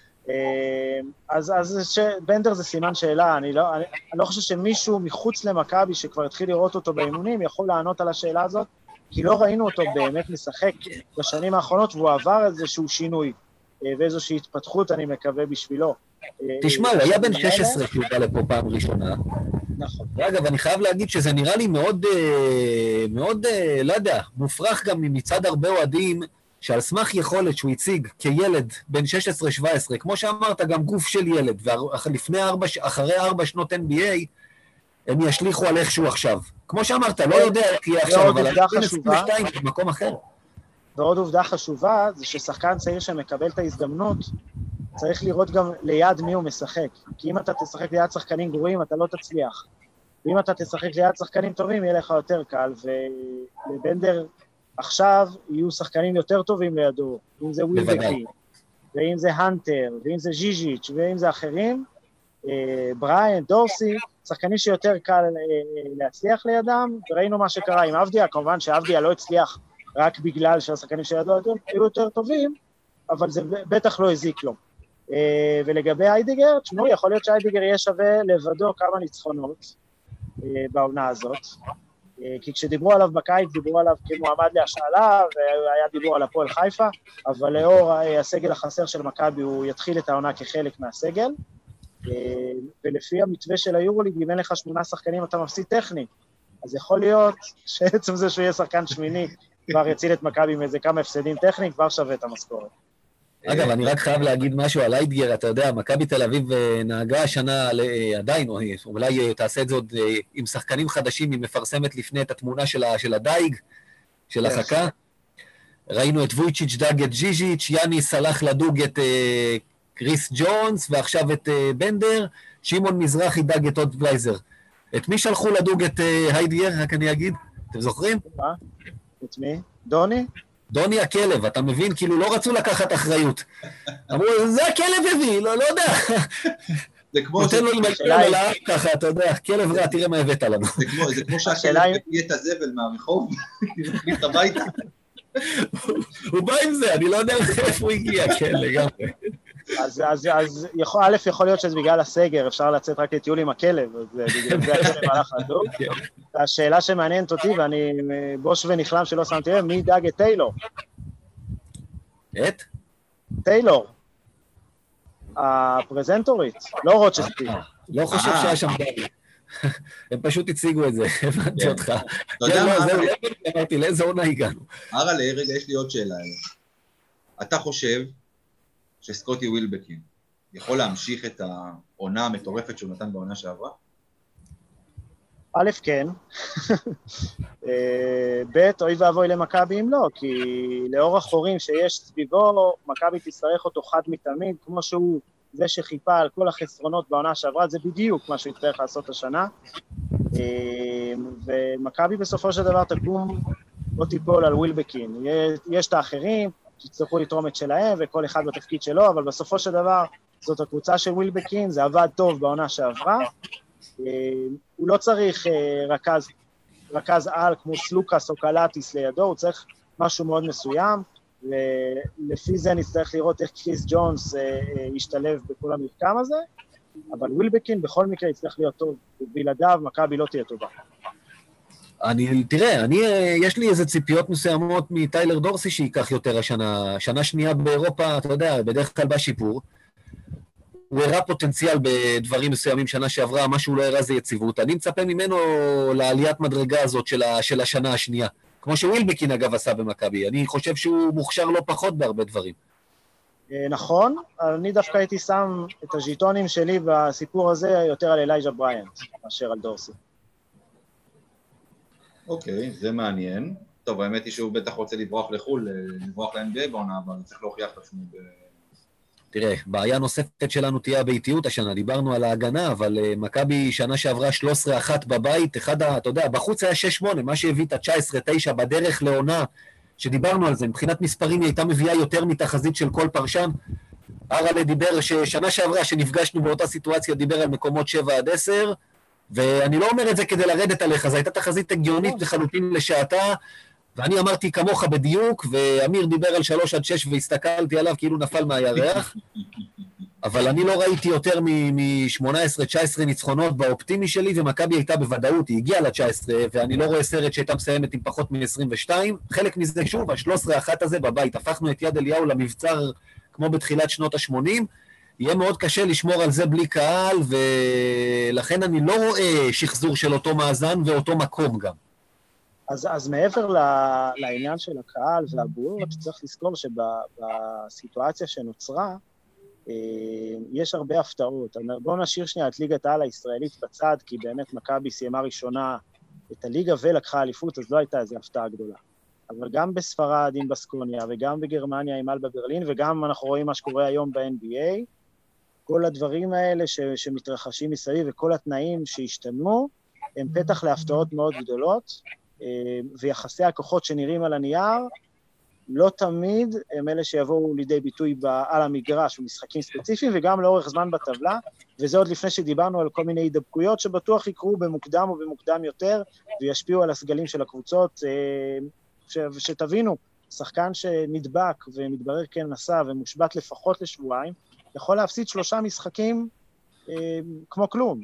אז בנדר זה סימן שאלה, אני לא חושב שמישהו מחוץ למכבי שכבר התחיל לראות אותו באימונים יכול לענות על השאלה הזאת, כי לא ראינו אותו באמת משחק בשנים האחרונות, והוא עבר איזשהו שינוי, ואיזושהי התפתחות אני מקווה בשבילו. תשמע, הוא היה בן 16 שהוא בא לפה פעם ראשונה. נכון. ואגב, אני חייב להגיד שזה נראה לי מאוד, לא יודע, מופרך גם מצד הרבה אוהדים, שעל סמך יכולת שהוא הציג כילד בין 16-17, כמו שאמרת, גם גוף של ילד, אחרי 4 שנות NBA, הם ישליחו על איכשהו עכשיו. כמו שאמרת, לא יודע איך יהיה עכשיו, אבל אני 22 במקום אחר. ועוד עובדה חשובה, זה ששחקן צעיר שמקבל את ההזדמנות, צריך לראות גם ליד מי הוא משחק. כי אם אתה תשחק ליד שחקנים גרועים, אתה לא תצליח. ואם אתה תשחק ליד שחקנים טובים, יהיה לך יותר קל, ולבנדר עכשיו יהיו שחקנים יותר טובים לידו, אם זה ווילבקי, ואם זה הנטר, ואם זה ז'יז'יץ', ואם זה אחרים, בריין, דורסי, שחקנים שיותר קל להצליח לידם, וראינו מה שקרה עם אבדיה, כמובן שאבדיה לא הצליח רק בגלל שהשחקנים שידו היו יותר טובים, אבל זה בטח לא הזיק לו. ולגבי היידיגר, תשמעו, יכול להיות שהיידיגר יהיה שווה לבדו כמה ניצחונות בעונה הזאת, כי כשדיברו עליו בקיץ, דיברו עליו כמועמד להשאלה, והיה דיבור על הפועל חיפה, אבל לאור הסגל החסר של מכבי, הוא יתחיל את העונה כחלק מהסגל, ולפי המתווה של היורוליג, אם אין לך 8 שחקנים, אתה מפסיד טכני, אז יכול להיות שעצם זה שהוא יהיה שחקן שמיני, כבר יציל את מכבי עם איזה כמה הפסדים טכניים, כבר שווה את המשכורת. אגב, אני רק חייב להגיד משהו על איידגר, אתה יודע, מכבי תל אביב נהגה השנה, עדיין, אולי תעשה את זה עוד עם שחקנים חדשים, היא מפרסמת לפני את התמונה של הדייג, של החכה. ראינו את וויצ'יץ' דאג את ז'יז'יץ', יאני סלח לדוג את קריס ג'ונס, ועכשיו את בנדר, שמעון מזרחי דאג את עוד בלייזר. את מי שלחו לדוג את היידגר, רק אני אגיד? אתם זוכרים? את מי? דוני? דוני הכלב, אתה מבין? כאילו לא רצו לקחת אחריות. אמרו, זה הכלב הביא, לא יודע. זה כמו... נותן לו עם הכלב ככה, אתה יודע, כלב רע, תראה מה הבאת לנו. זה כמו שהכלב הביא את הזבל מהרחוב, נכנס הביתה. הוא בא עם זה, אני לא יודע איפה הוא הגיע, כן, לגמרי. אז א', יכול להיות שזה בגלל הסגר, אפשר לצאת רק לטיול עם הכלב, אז בגלל זה הכלב הלך לדוג. השאלה שמעניינת אותי, ואני בוש ונכלם שלא שמתי לב, מי דאג את טיילור? את? טיילור. הפרזנטורית, לא רוצ'סטי. לא חושב שהיה שם דאג. הם פשוט הציגו את זה, הבנתי אותך. אתה יודע מה? אמרתי, לאיזה עונה הגענו. אראלה, רגע, יש לי עוד שאלה. אתה חושב שסקוטי ווילבקין יכול להמשיך את העונה המטורפת שהוא נתן בעונה שעברה? א', כן. ב', אוי ואבוי למכבי אם לא, כי לאור החורים שיש סביבו, מכבי תצטרך אותו חד מתמיד, כמו שהוא זה שחיפה על כל החסרונות בעונה שעברה, זה בדיוק מה שהוא יצטרך לעשות השנה. ומכבי בסופו של דבר תקום לא תיפול על ווילבקין. יש את האחרים שצטרכו לתרום את שלהם, וכל אחד בתפקיד שלו, אבל בסופו של דבר זאת הקבוצה של ווילבקין, זה עבד טוב בעונה שעברה. הוא לא צריך רכז על כמו סלוקאס או קלטיס לידו, הוא צריך משהו מאוד מסוים, ולפי זה נצטרך לראות איך קריס ג'ונס ישתלב בכל המרקם הזה, אבל ווילבקין בכל מקרה יצטרך להיות טוב, ובלעדיו מכבי לא תהיה טובה. תראה, יש לי איזה ציפיות מסוימות מטיילר דורסי שייקח יותר השנה, שנה שנייה באירופה, אתה יודע, בדרך כלל בשיפור, הוא הראה פוטנציאל בדברים מסוימים שנה שעברה, מה שהוא לא הראה זה יציבות, אני מצפה ממנו לעליית מדרגה הזאת של השנה השנייה, כמו שווילבקין אגב עשה במכבי, אני חושב שהוא מוכשר לא פחות בהרבה דברים. נכון, אני דווקא הייתי שם את הז'יטונים שלי בסיפור הזה יותר על אלייג'ה בריינט, מאשר על דורסי. אוקיי, זה מעניין. טוב, האמת היא שהוא בטח רוצה לברוח לחול, לברוח ל-NBA בעונה, אבל צריך להוכיח את עצמו תראה, בעיה נוספת שלנו תהיה הביתיות השנה, דיברנו על ההגנה, אבל מכבי שנה שעברה 13-1 בבית, אתה יודע, בחוץ היה 6-8, מה שהביא את ה-19-9 בדרך לעונה, שדיברנו על זה, מבחינת מספרים היא הייתה מביאה יותר מתחזית של כל פרשן, אראלה דיבר ששנה שעברה שנפגשנו באותה סיטואציה, דיבר על מקומות 7-10, ואני לא אומר את זה כדי לרדת עליך, זו הייתה תחזית הגיונית לחלוטין לשעתה, ואני אמרתי כמוך בדיוק, ואמיר דיבר על 3-6 והסתכלתי עליו כאילו נפל מהירח, אבל אני לא ראיתי יותר מ-18-19 ניצחונות באופטימי שלי, ומכבי הייתה בוודאות, היא הגיעה ל-19, ואני לא רואה סרט שהייתה מסיימת עם פחות מ-22, חלק מזה שוב, ה-13-1 הזה בבית, הפכנו את יד אליהו למבצר כמו בתחילת שנות ה-80, יהיה מאוד קשה לשמור על זה בלי קהל, ולכן אני לא רואה שחזור של אותו מאזן ואותו מקום גם. אז מעבר לעניין של הקהל והבועות, צריך לזכור שבסיטואציה שנוצרה, יש הרבה הפתעות. בואו נשאיר שנייה את ליגת העל הישראלית בצד, כי באמת מכבי סיימה ראשונה את הליגה ולקחה אליפות, אז לא הייתה איזו הפתעה גדולה. אבל גם בספרד עם בסקוניה, וגם בגרמניה עם אלבה ברלין, וגם אנחנו רואים מה שקורה היום ב-NBA, כל הדברים האלה שמתרחשים מסביב, וכל התנאים שהשתנו, הם פתח להפתעות מאוד גדולות, ויחסי הכוחות שנראים על הנייר, לא תמיד הם אלה שיבואו לידי ביטוי על המגרש במשחקים ספציפיים, וגם לאורך זמן בטבלה, וזה עוד לפני שדיברנו על כל מיני הידבקויות, שבטוח יקרו במוקדם או במוקדם יותר, וישפיעו על הסגלים של הקבוצות, שתבינו, שחקן שנדבק ומתברר כנסה ומושבת לפחות לשבועיים, יכול להפסיד 3 משחקים כמו כלום.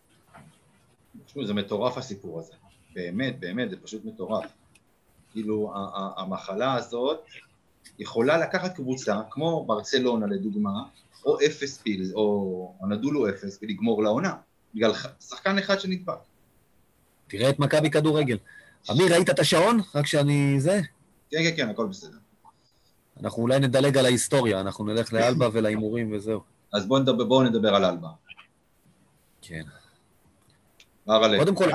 זה מטורף הסיפור הזה. באמת, באמת, זה פשוט מטורף. כאילו, המחלה הזאת יכולה לקחת קבוצה, כמו ברצלונה לדוגמה, או 0 פיל, או נדולו 0, ולגמור לעונה, בגלל שחקן אחד שנדבק. תראה את מכבי כדורגל. אמיר, ראית את השעון? רק שאני זה? כן, כן, כן, הכל בסדר. אנחנו אולי נדלג על ההיסטוריה, אנחנו נלך לאלבה ולהימורים וזהו. אז בואו נדבר על אלבה. כן. קודם כל...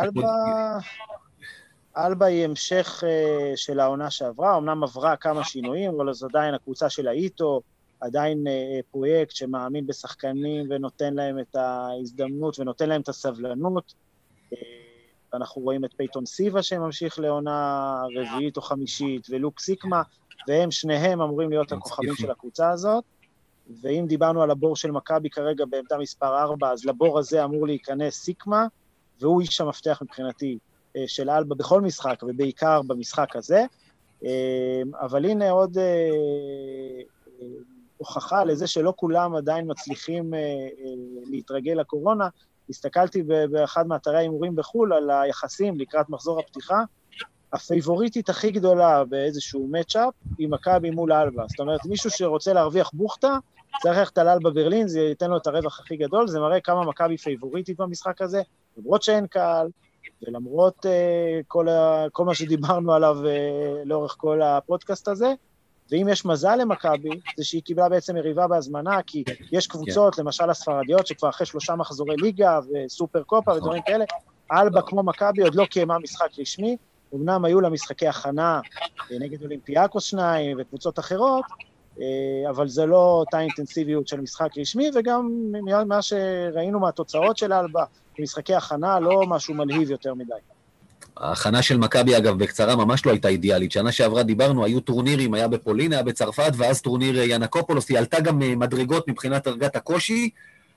אלבה היא המשך של העונה שעברה, אמנם עברה כמה שינויים, אבל זו עדיין הקבוצה של האיטו, עדיין פרויקט שמאמין בשחקנים ונותן להם את ההזדמנות ונותן להם את הסבלנות. אנחנו רואים את פייטון סיבה שממשיך לעונה רביעית או חמישית, ולוק סיקמה, והם שניהם אמורים להיות הכוכבים של הקבוצה הזאת. ואם דיברנו על הבור של מכבי כרגע בעמדה מספר 4, אז לבור הזה אמור להיכנס סיקמה, והוא איש המפתח מבחינתי של אלבה בכל משחק, ובעיקר במשחק הזה. אבל הנה עוד הוכחה לזה שלא כולם עדיין מצליחים להתרגל לקורונה. הסתכלתי באחד מאתרי ההימורים בחול על היחסים לקראת מחזור הפתיחה, הפייבוריטית הכי גדולה באיזשהו מצ'אפ היא מכבי מול אלבה. זאת אומרת, מישהו שרוצה להרוויח בוכתה, צריך ללכת על אלבה ברלין, זה ייתן לו את הרווח הכי גדול, זה מראה כמה מכבי פייבוריטית במשחק הזה, למרות שאין קהל, ולמרות כל מה שדיברנו עליו לאורך כל הפודקאסט הזה, ואם יש מזל למכבי, זה שהיא קיבלה בעצם יריבה בהזמנה, כי יש קבוצות, למשל הספרדיות, שכבר אחרי 3 מחזורי ליגה וסופר קופה ודברים כאלה, אלבה כמו מכבי עוד לא קיימה משחק רשמי, אמנם היו לה משחקי הכנה נגד אולימפיאקוס 2 וקבוצות אחרות, אבל זה לא אותה אינטנסיביות של משחק רשמי, וגם מה שראינו מהתוצאות של אלבה, במשחקי הכנה לא משהו מלהיב יותר מדי. ההכנה של מכבי, אגב, בקצרה, ממש לא הייתה אידיאלית. שנה שעברה דיברנו, היו טורנירים, היה בפולין, היה בצרפת, ואז טורניר ינקופולוס, היא עלתה גם מדרגות מבחינת דרגת הקושי,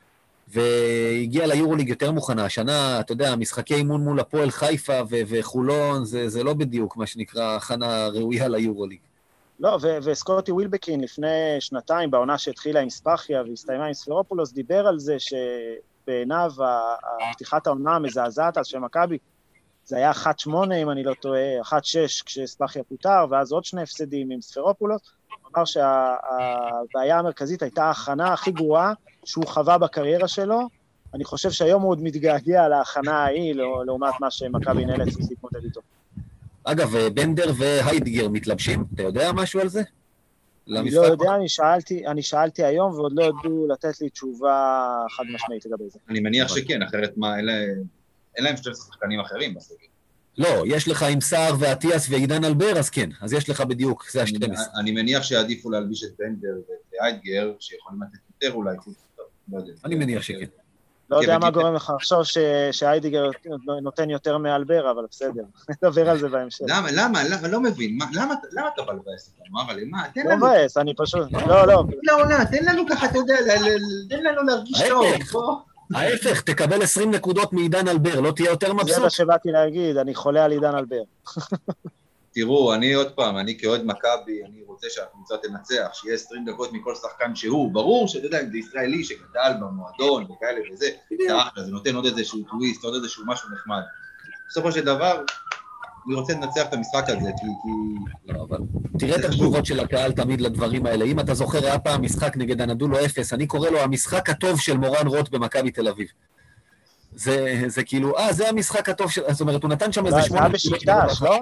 והגיעה ליורוליג יותר מוכנה. השנה, אתה יודע, משחקי אימון מול הפועל חיפה וחולון, זה לא בדיוק מה שנקרא הכנה ראויה ליורוליג. לא, וסקוטי ווילבקין לפני שנתיים, בעונה שהתחילה עם ספחיה והסתיימה עם ספרופולוס, דיבר על זה שבעיניו הפתיחת העונה המזעזעת אז של מכבי, זה היה 1-8 אם אני לא טועה, 1-6 כשספחיה פוטר, ואז עוד 2 הפסדים עם ספרופולוס. הוא אמר שהבעיה המרכזית הייתה ההכנה הכי גרועה שהוא חווה בקריירה שלו. אני חושב שהיום הוא עוד מתגעגע להכנה ההיא, לעומת מה שמכבי נאלץ להתמודד איתו. אגב, בנדר והיידיגר מתלבשים, אתה יודע משהו על זה? אני לא יודע, אני שאלתי היום, ועוד לא ידעו לתת לי תשובה חד משמעית לגבי זה. אני מניח שכן, אחרת מה, אין להם 12 שחקנים אחרים בסגל. לא, יש לך עם סער ואטיאס ועידן אלבר, אז כן, אז יש לך בדיוק, זה ה-12. אני מניח שיעדיפו להלביש את בנדר והיידיגר, שיכולים לתת יותר אולי, אני מניח שכן. לא יודע מה גורם לך לחשוב שהיידיגר נותן יותר מאלבר, אבל בסדר, נדבר על זה בהמשך. למה? לא מבין, למה אתה בא לבאס אותנו? אבל מה, תן לנו... לא מבאס, אני פשוט, לא, תן לנו ככה, אתה יודע, תן לנו להרגיש טוב. ההפך, תקבל 20 נקודות מעידן אלבר, לא תהיה יותר מבסוט. זה מה שבאתי להגיד, אני חולה על עידן אלבר. תראו, עוד פעם, אני כאוהד מכבי, אני רוצה שהקבוצה תנצח, שיהיה 20 דקות מכל שחקן שהוא, ברור שאתה יודע, אם זה ישראלי שגדל במועדון וכאלה וזה, זה נותן עוד איזשהו טוויסט, עוד איזשהו משהו נחמד. בסופו של דבר, אני רוצה לנצח את המשחק הזה, כי... לא, אבל... תראה את התגובות של הקהל תמיד לדברים האלה. אם אתה זוכר, היה פעם משחק נגד הנדולו 0, אני קורא לו המשחק הטוב של מורן רוט במכבי תל אביב. זה כאילו, זה המשחק הטוב של... זאת אומרת, הוא נתן שם איזה 8... זה היה בשקטש, לא?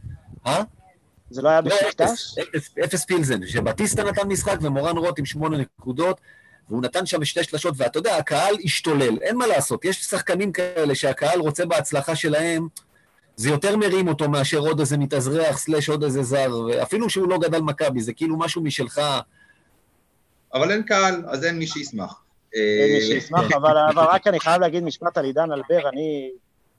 זה לא היה בשקטש? 0 פילזן, שבטיסטה נתן משחק ומורן רוט עם 8 נקודות, והוא נתן שם 2 שלשות, ואתה יודע, הקהל השתולל, אין מה לעשות. יש שחקנים כאלה שהקהל רוצה בהצלחה שלהם, זה יותר מרים אותו מאשר עוד איזה מתאזרח, סלש עוד איזה זר, ואפילו שהוא לא גדל מכבי, זה כאילו משהו משלך. אבל אין קהל, אז אין מי שישמח. אין מי שישמח, אבל רק אני חייב להגיד משפט על עידן אלבר, אני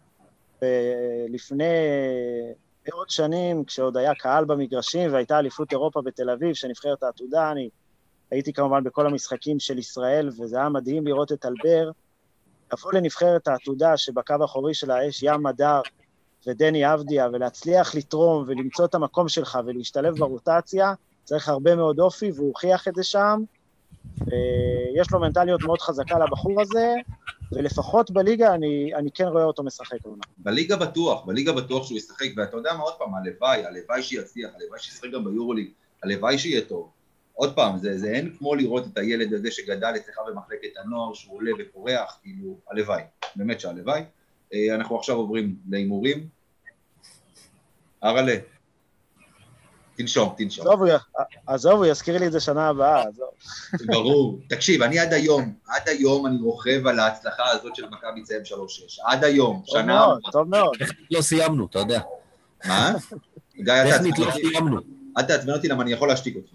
לפני עוד שנים, כשעוד היה קהל במגרשים, והייתה אליפות אירופה בתל אביב, שנבחרת העתודה, אני הייתי כמובן בכל המשחקים של ישראל, וזה היה מדהים לראות את אלבר, לבוא לנבחרת העתודה, שבקו האחורי שלה יש ים מדר, ודני אבדיה, ולהצליח לתרום ולמצוא את המקום שלך ולהשתלב ברוטציה, צריך הרבה מאוד אופי, והוא הוכיח את זה שם, ויש לו מנטליות מאוד חזקה לבחור הזה, ולפחות בליגה אני כן רואה אותו משחק. בליגה בטוח שהוא ישחק, ואתה יודע מה עוד פעם, הלוואי שיצליח, הלוואי שישחק גם ביורוליג, הלוואי שיהיה טוב. עוד פעם, זה אין כמו לראות את הילד הזה שגדל אצלך במחלקת הנוער, שהוא עולה ופורח, כאילו, הלוואי, באמת שהלוואי. אנחנו עכשיו עוברים להימורים. ארלה, תנשום. עזוב, הוא יזכיר לי את זה שנה הבאה, עזוב. ברור. תקשיב, אני עד היום אני רוכב על ההצלחה הזאת של מכבי צהב 3-6. עד היום, שנה... טוב מאוד. לא סיימנו, אתה יודע. מה? גיא, טכנית לא סיימנו. אל תעצבן אותי, למה אני יכול להשתיק אותך.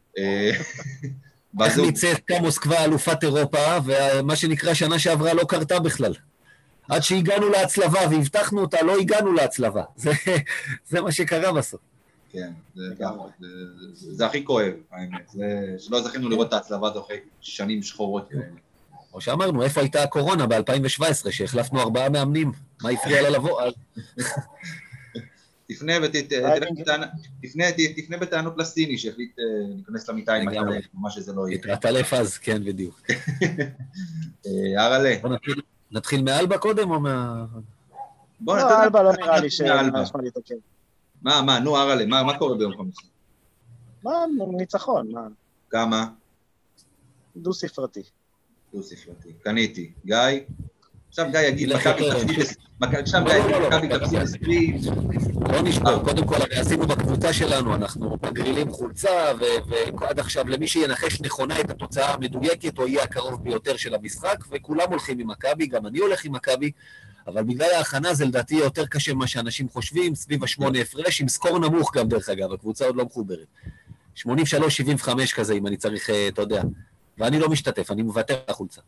איך ניצחת מוסקבה אלופת אירופה, ומה שנקרא שנה שעברה לא קרתה בכלל. עד שהגענו להצלבה, והבטחנו אותה, לא הגענו להצלבה. זה מה שקרה בסוף. כן, זה הכי כואב, האמת. שלא זכינו לראות את ההצלבה הזו אחרי שנים שחורות. כמו שאמרנו, איפה הייתה הקורונה ב-2017, שהחלפנו 4 מאמנים? מה הפריע לה לבוא? תפנה בטענות לסיני שהחליט להיכנס למיטה עם הטלף, מה שזה לא יהיה. הטלף אז, כן, בדיוק. ארלה. נתחיל מאלבה קודם או מה... לא, אלבה לא נראה לי שנשמע להתעכב. מה, נו, ארלה, מה קורה ביום חמישי? מה, ניצחון, מה? כמה? דו-ספרתי. קניתי. גיא? עכשיו גיא יגיד, מכבי תפסיד ספרינט. לא נשבור, קודם כל, עשינו בקבוצה שלנו, אנחנו מגרילים חולצה, ועד עכשיו למי שינחש נכונה את התוצאה המדויקת, או יהיה הקרוב ביותר של המשחק, וכולם הולכים עם מכבי, גם אני הולך עם מכבי, אבל בגלל ההכנה זה לדעתי יותר קשה ממה שאנשים חושבים, סביב 8 הפרש, עם סקור נמוך גם דרך אגב, הקבוצה עוד לא מחוברת. 83-75 כזה, אם אני צריך, אתה יודע. ואני לא משתתף, אני מוותר לחולצה.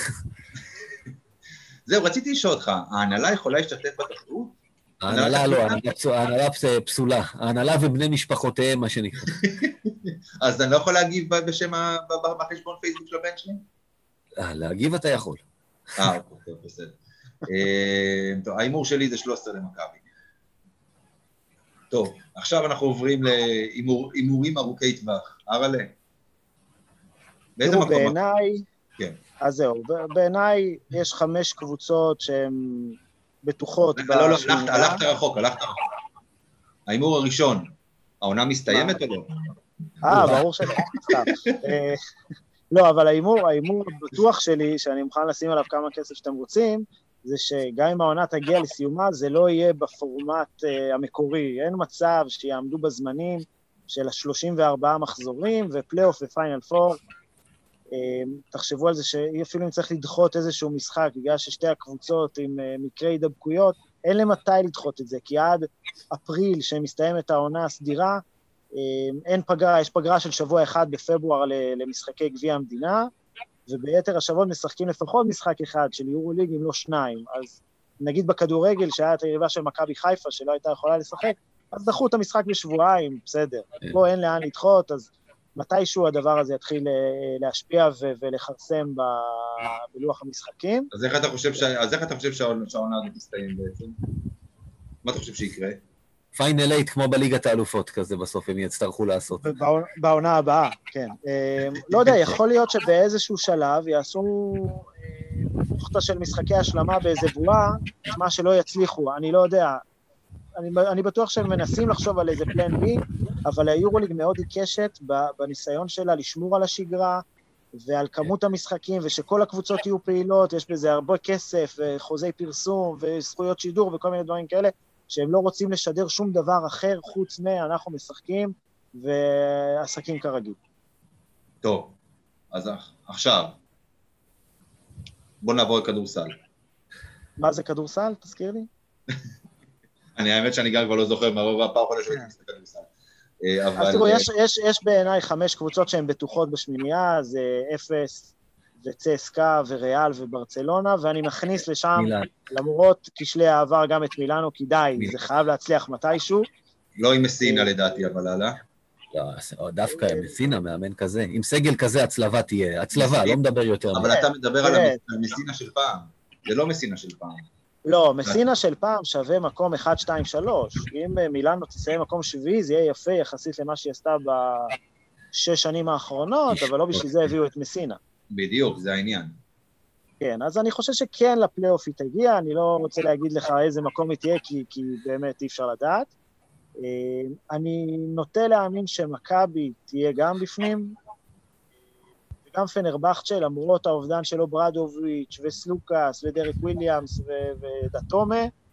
זהו, רציתי לשאול אותך, ההנהלה יכולה להשתתף בתחרות? ההנהלה לא, ההנהלה פסולה. ההנהלה ובני משפחותיהם, מה שנקרא. אז אני לא יכול להגיב בשם בחשבון פייסבוק של הבן שלי? להגיב אתה יכול. טוב, בסדר. טוב, האימור שלי זה 13 למכבי. טוב, עכשיו אנחנו עוברים לאימורים ארוכי טווח. ארלה. באיזה מקום? בעיניי, כן. אז זהו, בעיניי יש 5 קבוצות שהן בטוחות. לא, הלכת רחוק. האימור הראשון, העונה מסתיימת או לא? ברור שאני סתם. לא, אבל האימור הבטוח שלי, שאני מוכן לשים עליו כמה כסף שאתם רוצים, זה שגם אם העונה תגיע לסיומה, זה לא יהיה בפורמט המקורי. אין מצב שיעמדו בזמנים של 34 מחזורים, ופלייאוף ופיינל פור. תחשבו על זה שאפילו אם צריך לדחות איזשהו משחק, בגלל ששתי הקבוצות עם מקרי הידבקויות, אין להם מתי לדחות את זה, כי עד אפריל שמסתיימת העונה הסדירה, אין פגרה, יש פגרה של שבוע אחד בפברואר למשחקי גביע המדינה, וביתר השבועות משחקים לפחות משחק אחד של יורו ליג, אם לא 2, אז נגיד בכדורגל שהיה את היריבה של מכבי חיפה שלא הייתה יכולה לשחק, אז דחו את המשחק בשבועיים, בסדר, פה אין לאן לדחות, אז מתישהו הדבר הזה יתחיל להשפיע ולחרסם בלוח המשחקים. אז איך אתה חושב שהעונה הזאת תסתיים בעצם? מה אתה חושב שיקרה? פיינל 8 כמו בליגת האלופות כזה בסוף הם יצטרכו לעשות. בעונה הבאה, כן. לא יודע, יכול להיות שבאיזשהו שלב יעשו מוכתה של משחקי השלמה באיזה בועה, מה שלא יצליחו, אני לא יודע. אני בטוח שהם מנסים לחשוב על איזה פלן בי, אבל היורוליג מאוד עיקשת בניסיון שלה לשמור על השגרה, ועל כמות המשחקים, ושכל הקבוצות יהיו פעילות, יש בזה הרבה כסף, וחוזי פרסום, וזכויות שידור, וכל מיני דברים כאלה, שהם לא רוצים לשדר שום דבר אחר, חוץ אנחנו משחקים, ועסקים כרגיל. טוב, אז עכשיו, בוא נעבור לכדורסל. מה זה כדורסל? תזכיר לי. האמת שאני גם כבר לא זוכר, מהרוב הפעם חודש הייתי מסתכל כדורסל. אז תראו, יש בעיניי 5 קבוצות שהן בטוחות בשמינייה, זה אפס וצסקה וריאל וברצלונה, ואני מכניס לשם, למרות כשלי העבר גם את מילאנו, כי די, זה חייב להצליח מתישהו. לא עם מסינה לדעתי, אבל הלאה. לא, דווקא מסינה, מאמן כזה. עם סגל כזה הצלבה תהיה, הצלבה, לא מדבר יותר. אבל אתה מדבר על המסינה של פעם, זה לא מסינה של פעם. לא, מסינה של פעם שווה מקום 1, 2, 3. אם מילאנו תסיים מקום 7, זה יהיה יפה יחסית למה שהיא עשתה ב6 שנים האחרונות, אבל לא בשביל זה הביאו את מסינה. בדיוק, זה העניין. כן, אז אני חושב שכן לפלייאוף היא תגיע, אני לא רוצה להגיד לך איזה מקום היא תהיה, כי באמת אי אפשר לדעת. אני נוטה להאמין שמכבי תהיה גם בפנים, וגם פנרבחצ'ה, למרות האובדן שלו ברדוביץ' וסלוקאס ודריק וויליאמס ודתומה,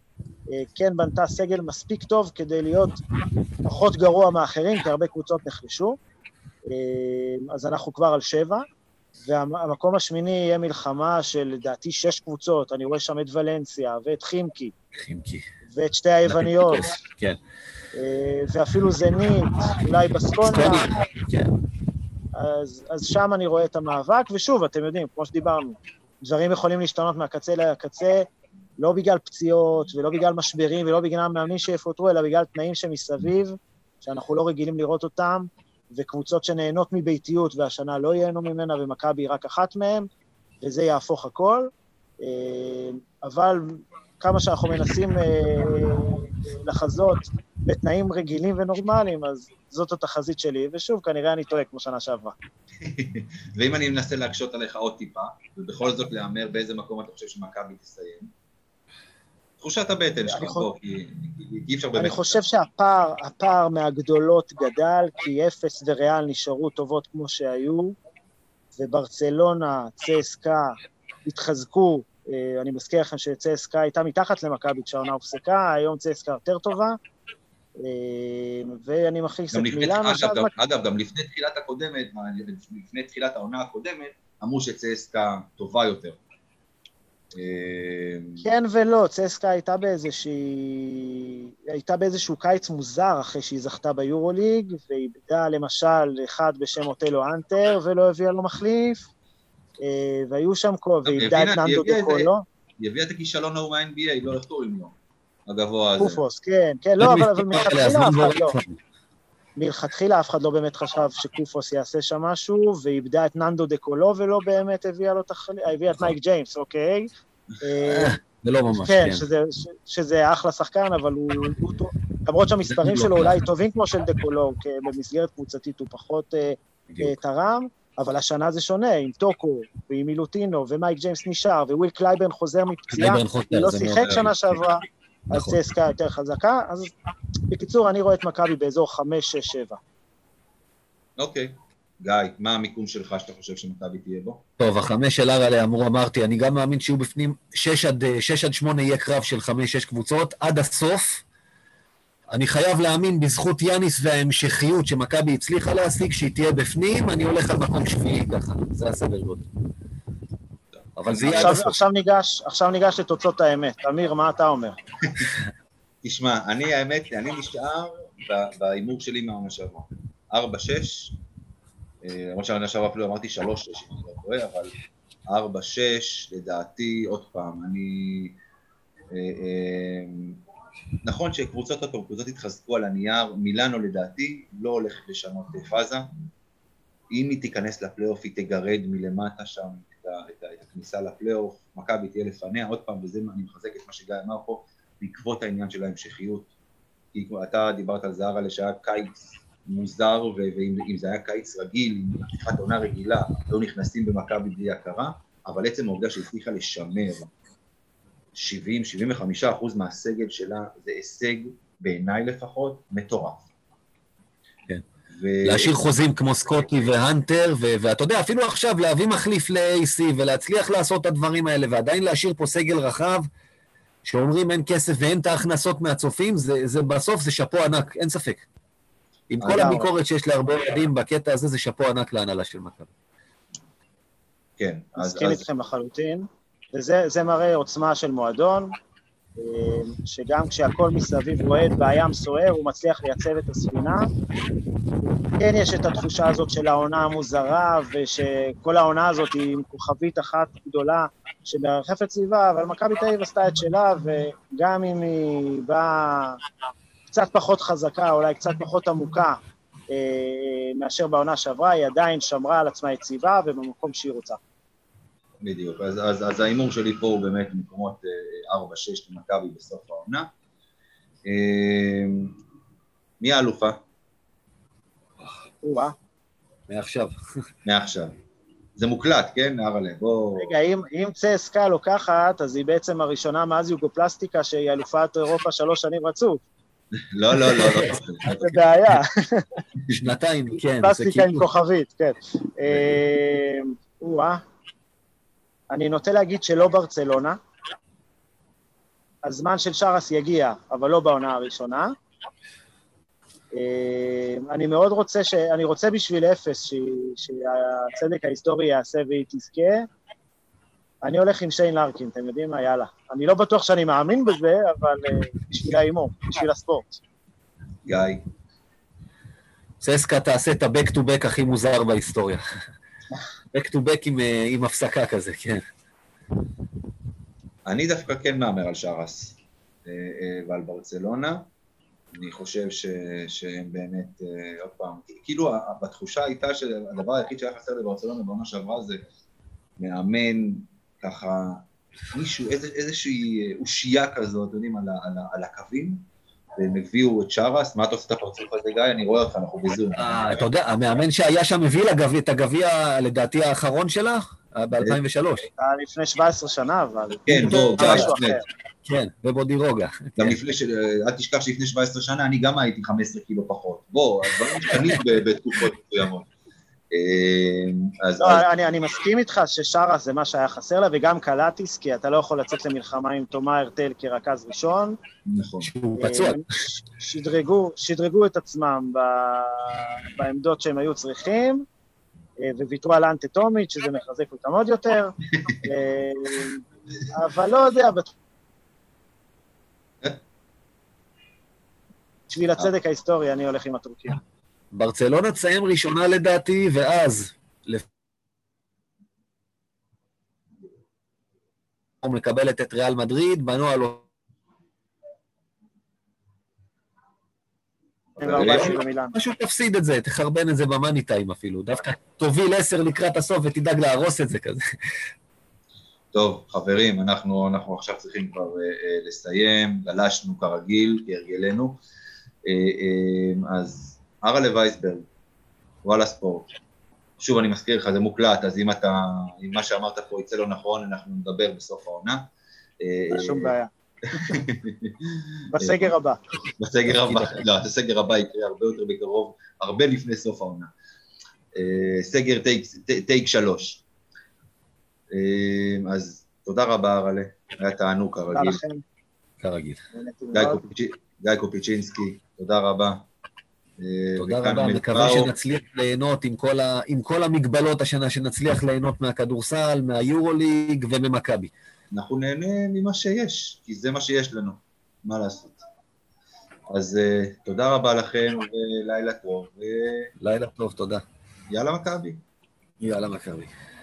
כן בנתה סגל מספיק טוב כדי להיות פחות גרוע מאחרים, כי הרבה קבוצות נחלשו, אז אנחנו כבר על 7, והמקום השמיני יהיה מלחמה של לדעתי 6 קבוצות, אני רואה שם את ולנסיה ואת חימקי, ואת שתי היווניות, כן. ואפילו זנית, אולי בסקוניה, כן. אז שם אני רואה את המאבק, ושוב, אתם יודעים, כמו שדיברנו, דברים יכולים להשתנות מהקצה לקצה, לא בגלל פציעות, ולא בגלל משברים, ולא בגלל מאמנים שיפוטרו, אלא בגלל תנאים שמסביב, שאנחנו לא רגילים לראות אותם, וקבוצות שנהנות מביתיות, והשנה לא ייהנו ממנה, ומכבי רק אחת מהם, וזה יהפוך הכל. אבל כמה שאנחנו מנסים לחזות בתנאים רגילים ונורמליים, אז זאת התחזית שלי, ושוב, כנראה אני טועה כמו שנה שעברה. ואם אני מנסה להקשות עליך עוד טיפה, ובכל זאת לאמר באיזה מקום אתה חושב שמכבי תסיים, תחושת הבטן שלך פה, כי אי אפשר באמת... אני חושב שהפער מהגדולות גדל, כי אפס וריאל נשארו טובות כמו שהיו, וברצלונה, צסקה, התחזקו, אני מזכיר לכם שצסקה הייתה מתחת למכבי כשהעונה הופסקה, היום צסקה יותר טובה, ואני מכניס את מילאן. אגב, גם לפני תחילת העונה הקודמת, אמרו שצסקה טובה יותר. כן ולא, צסקה הייתה באיזשהו קיץ מוזר אחרי שהיא זכתה ביורוליג, ואיבדה למשל אחד בשם אוטלו אנטר, ולא הביאה לו מחליף, והיו שם ואיבדה את ננדו דקולו. היא הביאה את הכישלון ההוא מה-NBA, לא קוראים לו, הגבוה הזה. קופוס, כן, לא, אבל מלכתחילה אף אחד לא באמת חשב שקופוס יעשה שם משהו, ואיבדה את ננדו דקולו, ולא באמת הביאה את מייק ג'יימס, אוקיי? זה לא ממש, כן. שזה אחלה שחקן, אבל הוא למרות שהמספרים שלו אולי טובים כמו של דקולו, במסגרת קבוצתית הוא פחות תרם, אבל השנה זה שונה, עם טוקו, ועם מילוטינו, ומייק ג'יימס נשאר, וויל קלייברן חוזר מפציעה, הוא לא שיחק שנה שעברה, אז צסקה יותר חזקה, אז בקיצור, אני רואה את מכבי באזור 5, 6, 7. אוקיי. גיא, מה המיקום שלך שאתה חושב שמכבי תהיה בו? טוב, 5 של אראלה אמרתי, אני גם מאמין שיהיו בפנים 6 עד 8 יהיה קרב של 5-6 קבוצות, עד הסוף. אני חייב להאמין בזכות יאניס וההמשכיות שמכבי הצליחה להשיג, שהיא תהיה בפנים, אני הולך על מקום שביעי ככה, זה הסדר גודל. אבל זה יהיה עד הסוף. עכשיו ניגש לתוצאות האמת. אמיר, מה אתה אומר? תשמע, אני נשאר באימור שלי מהעונה שעברה. 4-6, למרות שהעונה שעברה אפילו אמרתי 3-6, אם אני לא טועה, אבל 4-6, לדעתי, עוד פעם, נכון שקבוצות התחזקו על הנייר, מילאנו לדעתי לא הולך לשנות פאזה, אם היא תיכנס לפלייאוף היא תגרד מלמטה שם את הכניסה לפלייאוף, מכבי תהיה לפניה, עוד פעם, וזה אני מחזק את מה שגיא אמר פה, בעקבות העניין של ההמשכיות, כי אתה דיברת על זהרה לשעה קיץ מוזר, ואם זה היה קיץ רגיל, עם פתיחת עונה רגילה, לא נכנסים במכבי בלי הכרה, אבל עצם העובדה שהצליחה לשמר 70-75% מהסגל שלה, זה הישג בעיניי לפחות, מטורף. כן. להשאיר חוזים כמו סקוטי והנטר, ואתה יודע, אפילו עכשיו להביא מחליף ל-AC ולהצליח לעשות את הדברים האלה, ועדיין להשאיר פה סגל רחב, שאומרים אין כסף ואין את ההכנסות מהצופים, זה בסוף זה שפו ענק, אין ספק. עם כל הביקורת שיש להרבה ילדים בקטע הזה, זה שפו ענק להנהלה של מכבי. כן. מסכים איתכם לחלוטין, וזה מראה עוצמה של מועדון, שגם כשהכל מסביב רועד והים סוער, הוא מצליח לייצב את הספינה. כן, יש את התחושה הזאת של העונה המוזרה, ושכל העונה הזאת היא עם כוכבית אחת גדולה שמרחפת סביבה, אבל מכבי תל אביב עשתה את שלה, וגם אם היא באה קצת פחות חזקה, אולי קצת פחות עמוקה, מאשר בעונה שעברה, היא עדיין שמרה על עצמה יציבה, ובמקום שהיא רוצה. בדיוק, אז האימור שלי פה הוא באמת מקומות 4-6 למכבי בסוף העונה. מי האלופה? מעכשיו. מעכשיו. זה מוקלט, כן? אראלה, בוא... רגע, אם צסקה לוקחת, אז היא בעצם הראשונה מאז יוגופלסטיקה, שהיא אלופת אירופה 3 שנים רצוף. לא. זה בעיה. שנתיים, כן. פלסטיקה עם כוכבית, כן. אני נוטה להגיד שלא ברצלונה, הזמן של שרס יגיע, אבל לא בעונה הראשונה. אני מאוד רוצה, אני רוצה בשביל אפס שהצדק ההיסטורי יעשה והיא תזכה. אני הולך עם שיין לארקין, אתם יודעים מה? יאללה. אני לא בטוח שאני מאמין בזה, אבל בשביל האימור, בשביל הספורט. גיא. ססקה תעשה את ה-back to back הכי מוזר בהיסטוריה. back to back עם הפסקה כזה, כן. אני דווקא כן מאמר על שרס ועל ברצלונה. אני חושב שהם באמת, עוד פעם, כאילו בתחושה הייתה שהדבר היחיד שהיה חסר לברצלונה בעונה שעברה זה מאמן ככה, מישהו, איזושהי אושייה כזאת, אתם יודעים, על הקווים, והם הביאו את שרס. מה אתה עושה את הפרצוף הזה, גיא? אני רואה אותך, אנחנו בזום. אתה יודע, המאמן שהיה שם הביא את הגביע, לדעתי האחרון שלה, ב-2003. לפני 17 שנה, אבל... כן, משהו אחר. כן, ובודירוגה. גם לפני, אל תשכח שלפני 17 שנה, אני גם הייתי 15 קילו פחות. בוא, הדברים משתנים בתקופות מסוימות. אני מסכים איתך ששרס זה מה שהיה חסר לה, וגם קלטיס, כי אתה לא יכול לצאת למלחמה עם תומא הרטל כרכז ראשון. נכון. שהוא פצוע. שדרגו את עצמם בעמדות שהם היו צריכים, וויתרו על אנטה טומיץ', שזה מחזק אותם עוד יותר, אבל לא יודע, בשביל הצדק ההיסטורי אני הולך עם הטורקיה. ברצלונה תסיים ראשונה לדעתי, ואז מקבלת את ריאל מדריד, בנו על... משהו תפסיד את זה, תחרבן את זה במאני טיים אפילו, דווקא תוביל 10 לקראת הסוף ותדאג להרוס את זה כזה. טוב, חברים, אנחנו עכשיו צריכים כבר לסיים, גלשנו כרגיל, כהרגלנו, אז ארלה וייסברג, וואלה ספורט, שוב אני מזכיר לך, זה מוקלט, אז אם מה שאמרת פה יצא לא נכון, אנחנו נדבר בסוף העונה. שום בעיה. בסגר הבא. בסגר הבא, לא, הסגר הבא יקרה הרבה יותר בקרוב, הרבה לפני סוף העונה. סגר טייק 3. אז תודה רבה, ארלה, היה תענוג כרגיל. כרגיל. גיא קופיצ'ינסקי, תודה רבה. תודה רבה, מקווה שנצליח ליהנות עם כל המגבלות השנה, שנצליח ליהנות מהכדורסל, מהיורוליג וממכבי. אנחנו נהנה ממה שיש, כי זה מה שיש לנו, מה לעשות. אז תודה רבה לכם, ולילה טוב. לילה טוב, תודה. יאללה מכבי. יאללה מכבי.